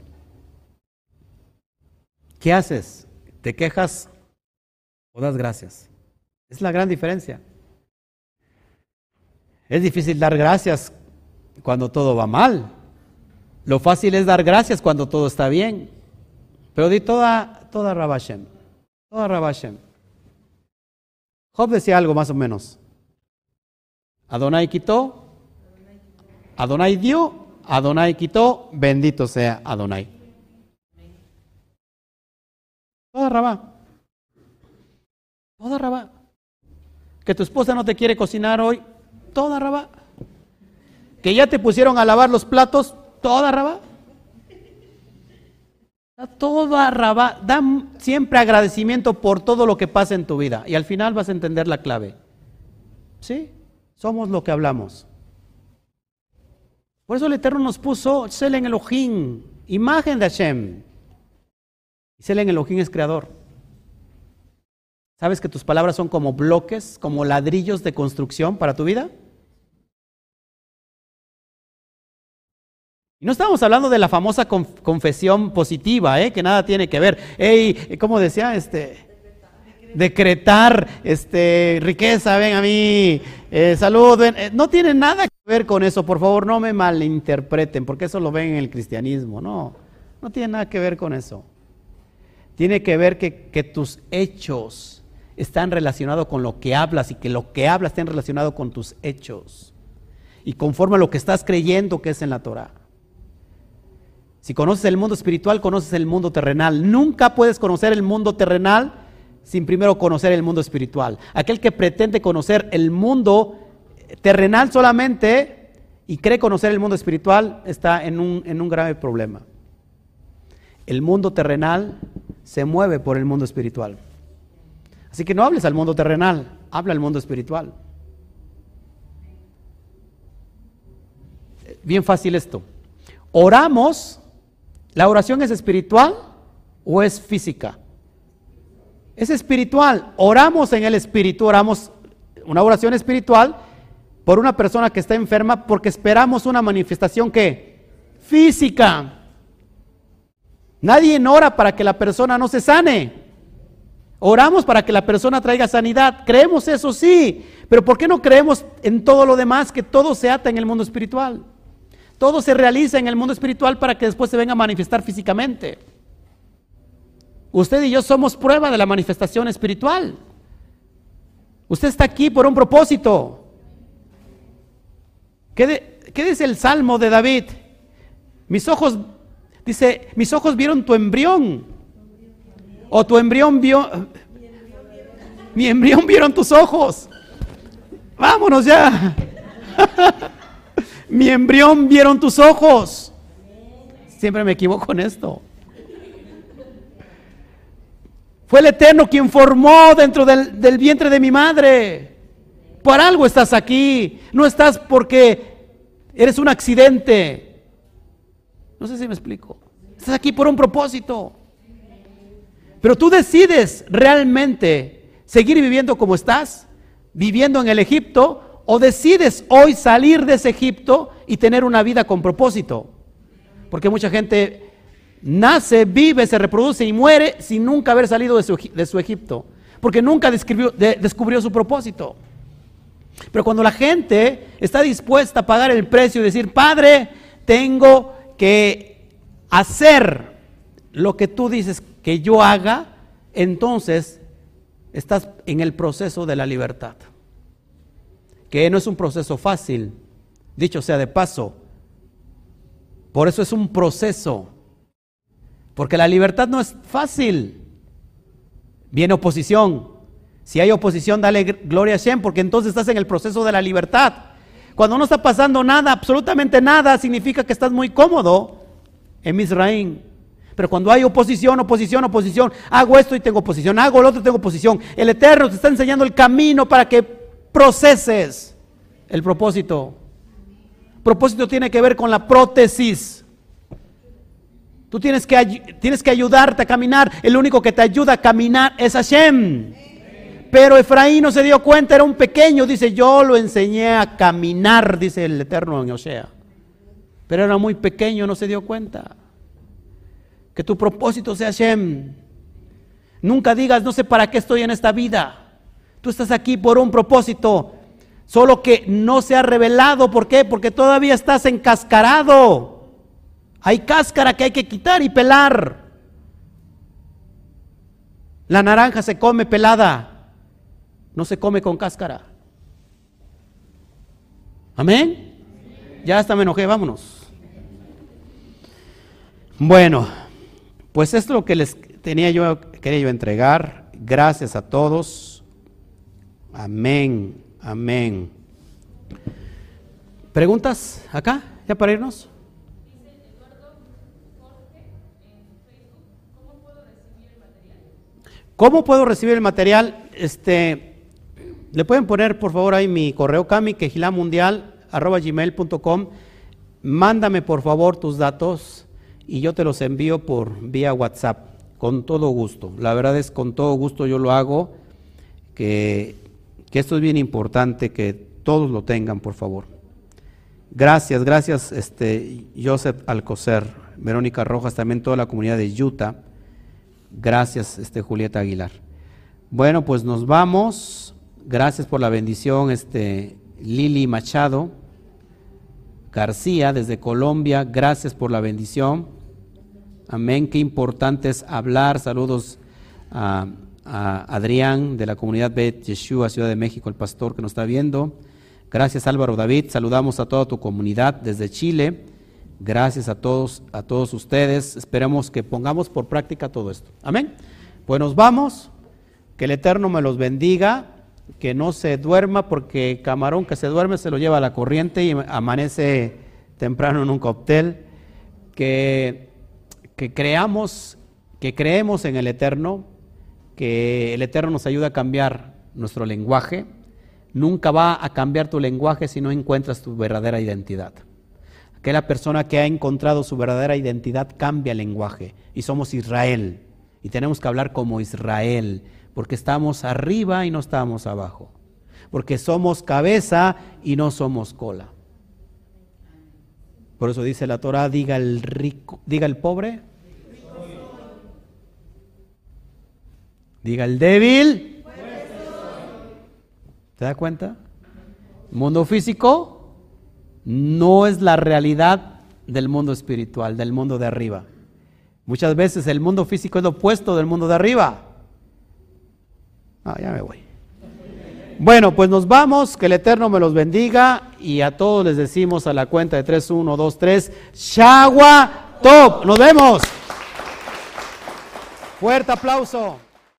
¿Qué haces? ¿Te quejas o das gracias? Es la gran diferencia. Es difícil dar gracias cuando todo va mal. Lo fácil es dar gracias cuando todo está bien. Pero di toda Rabba Hashem. Toda Rabba Hashem. Job decía algo más o menos. Adonai quitó, Adonai dio, Adonai quitó, bendito sea Adonai. Toda Rabá. Toda Rabá. Que tu esposa no te quiere cocinar hoy, toda Rabá. Que ya te pusieron a lavar los platos, toda Rabá. Toda Rabá. Da siempre agradecimiento por todo lo que pasa en tu vida y al final vas a entender la clave. ¿Sí? Somos lo que hablamos. Por eso el Eterno nos puso Selen Elohim, imagen de Hashem. Y Selen Elohim es creador. ¿Sabes que tus palabras son como bloques, como ladrillos de construcción para tu vida? Y no estamos hablando de la famosa confesión positiva, que nada tiene que ver. ¿Cómo decía? Decretar riqueza, ven a mí, salud, no tiene nada que ver con eso, por favor no me malinterpreten, porque eso lo ven en el cristianismo, no tiene nada que ver con eso. Tiene que ver que tus hechos están relacionados con lo que hablas y que lo que hablas esté relacionado con tus hechos y conforme a lo que estás creyendo que es en la Torah. Si conoces el mundo espiritual, conoces el mundo terrenal. Nunca puedes conocer el mundo terrenal sin primero conocer el mundo espiritual. Aquel que pretende conocer el mundo terrenal solamente y cree conocer el mundo espiritual está en un grave problema. El mundo terrenal se mueve por el mundo espiritual. Así que no hables al mundo terrenal, habla al mundo espiritual. Bien fácil esto. Oramos, ¿la oración es espiritual o es física? Es espiritual. Oramos en el espíritu, oramos una oración espiritual por una persona que está enferma porque esperamos una manifestación ¿qué? Física. Nadie ora para que la persona no se sane. Oramos para que la persona traiga sanidad. Creemos eso, sí, pero ¿por qué no creemos en todo lo demás, que todo se ata en el mundo espiritual? Todo se realiza en el mundo espiritual para que después se venga a manifestar físicamente. Usted y yo somos prueba de la manifestación espiritual. Usted está aquí por un propósito. ¿Qué dice el Salmo de David? Mis ojos vieron tu embrión. O tu embrión vio, mi embrión vieron tus ojos. Vámonos ya. Mi embrión vieron tus ojos. Siempre me equivoco en esto. Fue el Eterno quien formó dentro del vientre de mi madre. Por algo estás aquí. No estás porque eres un accidente. No sé si me explico. Estás aquí por un propósito. Pero tú decides realmente seguir viviendo como estás, viviendo en el Egipto, o decides hoy salir de ese Egipto y tener una vida con propósito. Porque mucha gente nace, vive, se reproduce y muere sin nunca haber salido de su Egipto, porque nunca descubrió su propósito. Pero cuando la gente está dispuesta a pagar el precio y decir, Padre, tengo que hacer lo que tú dices que yo haga, entonces estás en el proceso de la libertad, que no es un proceso fácil, dicho sea de paso. Por eso es un proceso, porque la libertad no es fácil. Viene oposición. Si hay oposición, dale gloria a Hashem, porque entonces estás en el proceso de la libertad. Cuando no está pasando nada, absolutamente nada, significa que estás muy cómodo en Misraim. Pero cuando hay oposición, hago esto y tengo oposición, hago lo otro y tengo oposición. El Eterno te está enseñando el camino para que proceses el propósito. Propósito tiene que ver con la prótesis. Tú tienes que ayudarte a caminar. El único que te ayuda a caminar es Hashem. Pero Efraín no se dio cuenta, era un pequeño. Dice, yo lo enseñé a caminar, dice el Eterno en Osea. Pero era muy pequeño, no se dio cuenta. Que tu propósito sea Hashem. Nunca digas, no sé para qué estoy en esta vida. Tú estás aquí por un propósito. Solo que no se ha revelado. ¿Por qué? Porque todavía estás encascarado. Hay cáscara que hay que quitar y pelar. La naranja se come pelada, no se come con cáscara. Amén. Ya hasta me enojé, vámonos. Bueno, pues esto es lo que les quería yo entregar. Gracias a todos. Amén, amén. ¿Preguntas acá? ¿Ya para irnos? ¿Cómo puedo recibir el material? Le pueden poner por favor ahí mi correo kami@gmail.com. Mándame por favor tus datos y yo te los envío por vía WhatsApp con todo gusto. La verdad es con todo gusto yo lo hago, que esto es bien importante, que todos lo tengan por favor. Gracias Joseph Alcocer, Verónica Rojas, también toda la comunidad de Utah. Gracias, Julieta Aguilar. Bueno, pues nos vamos. Gracias por la bendición, Lili Machado García, desde Colombia. Gracias por la bendición. Amén. Qué importante es hablar. Saludos a Adrián, de la comunidad Bet Yeshua, Ciudad de México, el pastor que nos está viendo. Gracias, Álvaro David. Saludamos a toda tu comunidad desde Chile. Gracias a todos ustedes. Esperemos que pongamos por práctica todo esto. Amén. Pues nos vamos. Que el Eterno me los bendiga. Que no se duerma, porque camarón que se duerme se lo lleva a la corriente y amanece temprano en un cóctel. Que creemos en el Eterno. Que el Eterno nos ayuda a cambiar nuestro lenguaje. Nunca va a cambiar tu lenguaje si no encuentras tu verdadera identidad. Aquella persona que ha encontrado su verdadera identidad cambia el lenguaje, y somos Israel y tenemos que hablar como Israel, porque estamos arriba y no estamos abajo, porque somos cabeza y no somos cola. Por eso dice la Torah, diga el rico, diga el pobre, diga el débil. ¿Te das cuenta? Mundo físico no es la realidad del mundo espiritual, del mundo de arriba. Muchas veces el mundo físico es lo opuesto del mundo de arriba. Ya me voy. Bueno, pues nos vamos, que el Eterno me los bendiga, y a todos les decimos a la cuenta de 3, 1, 2, 3, Shagua Top. Nos vemos. Fuerte aplauso.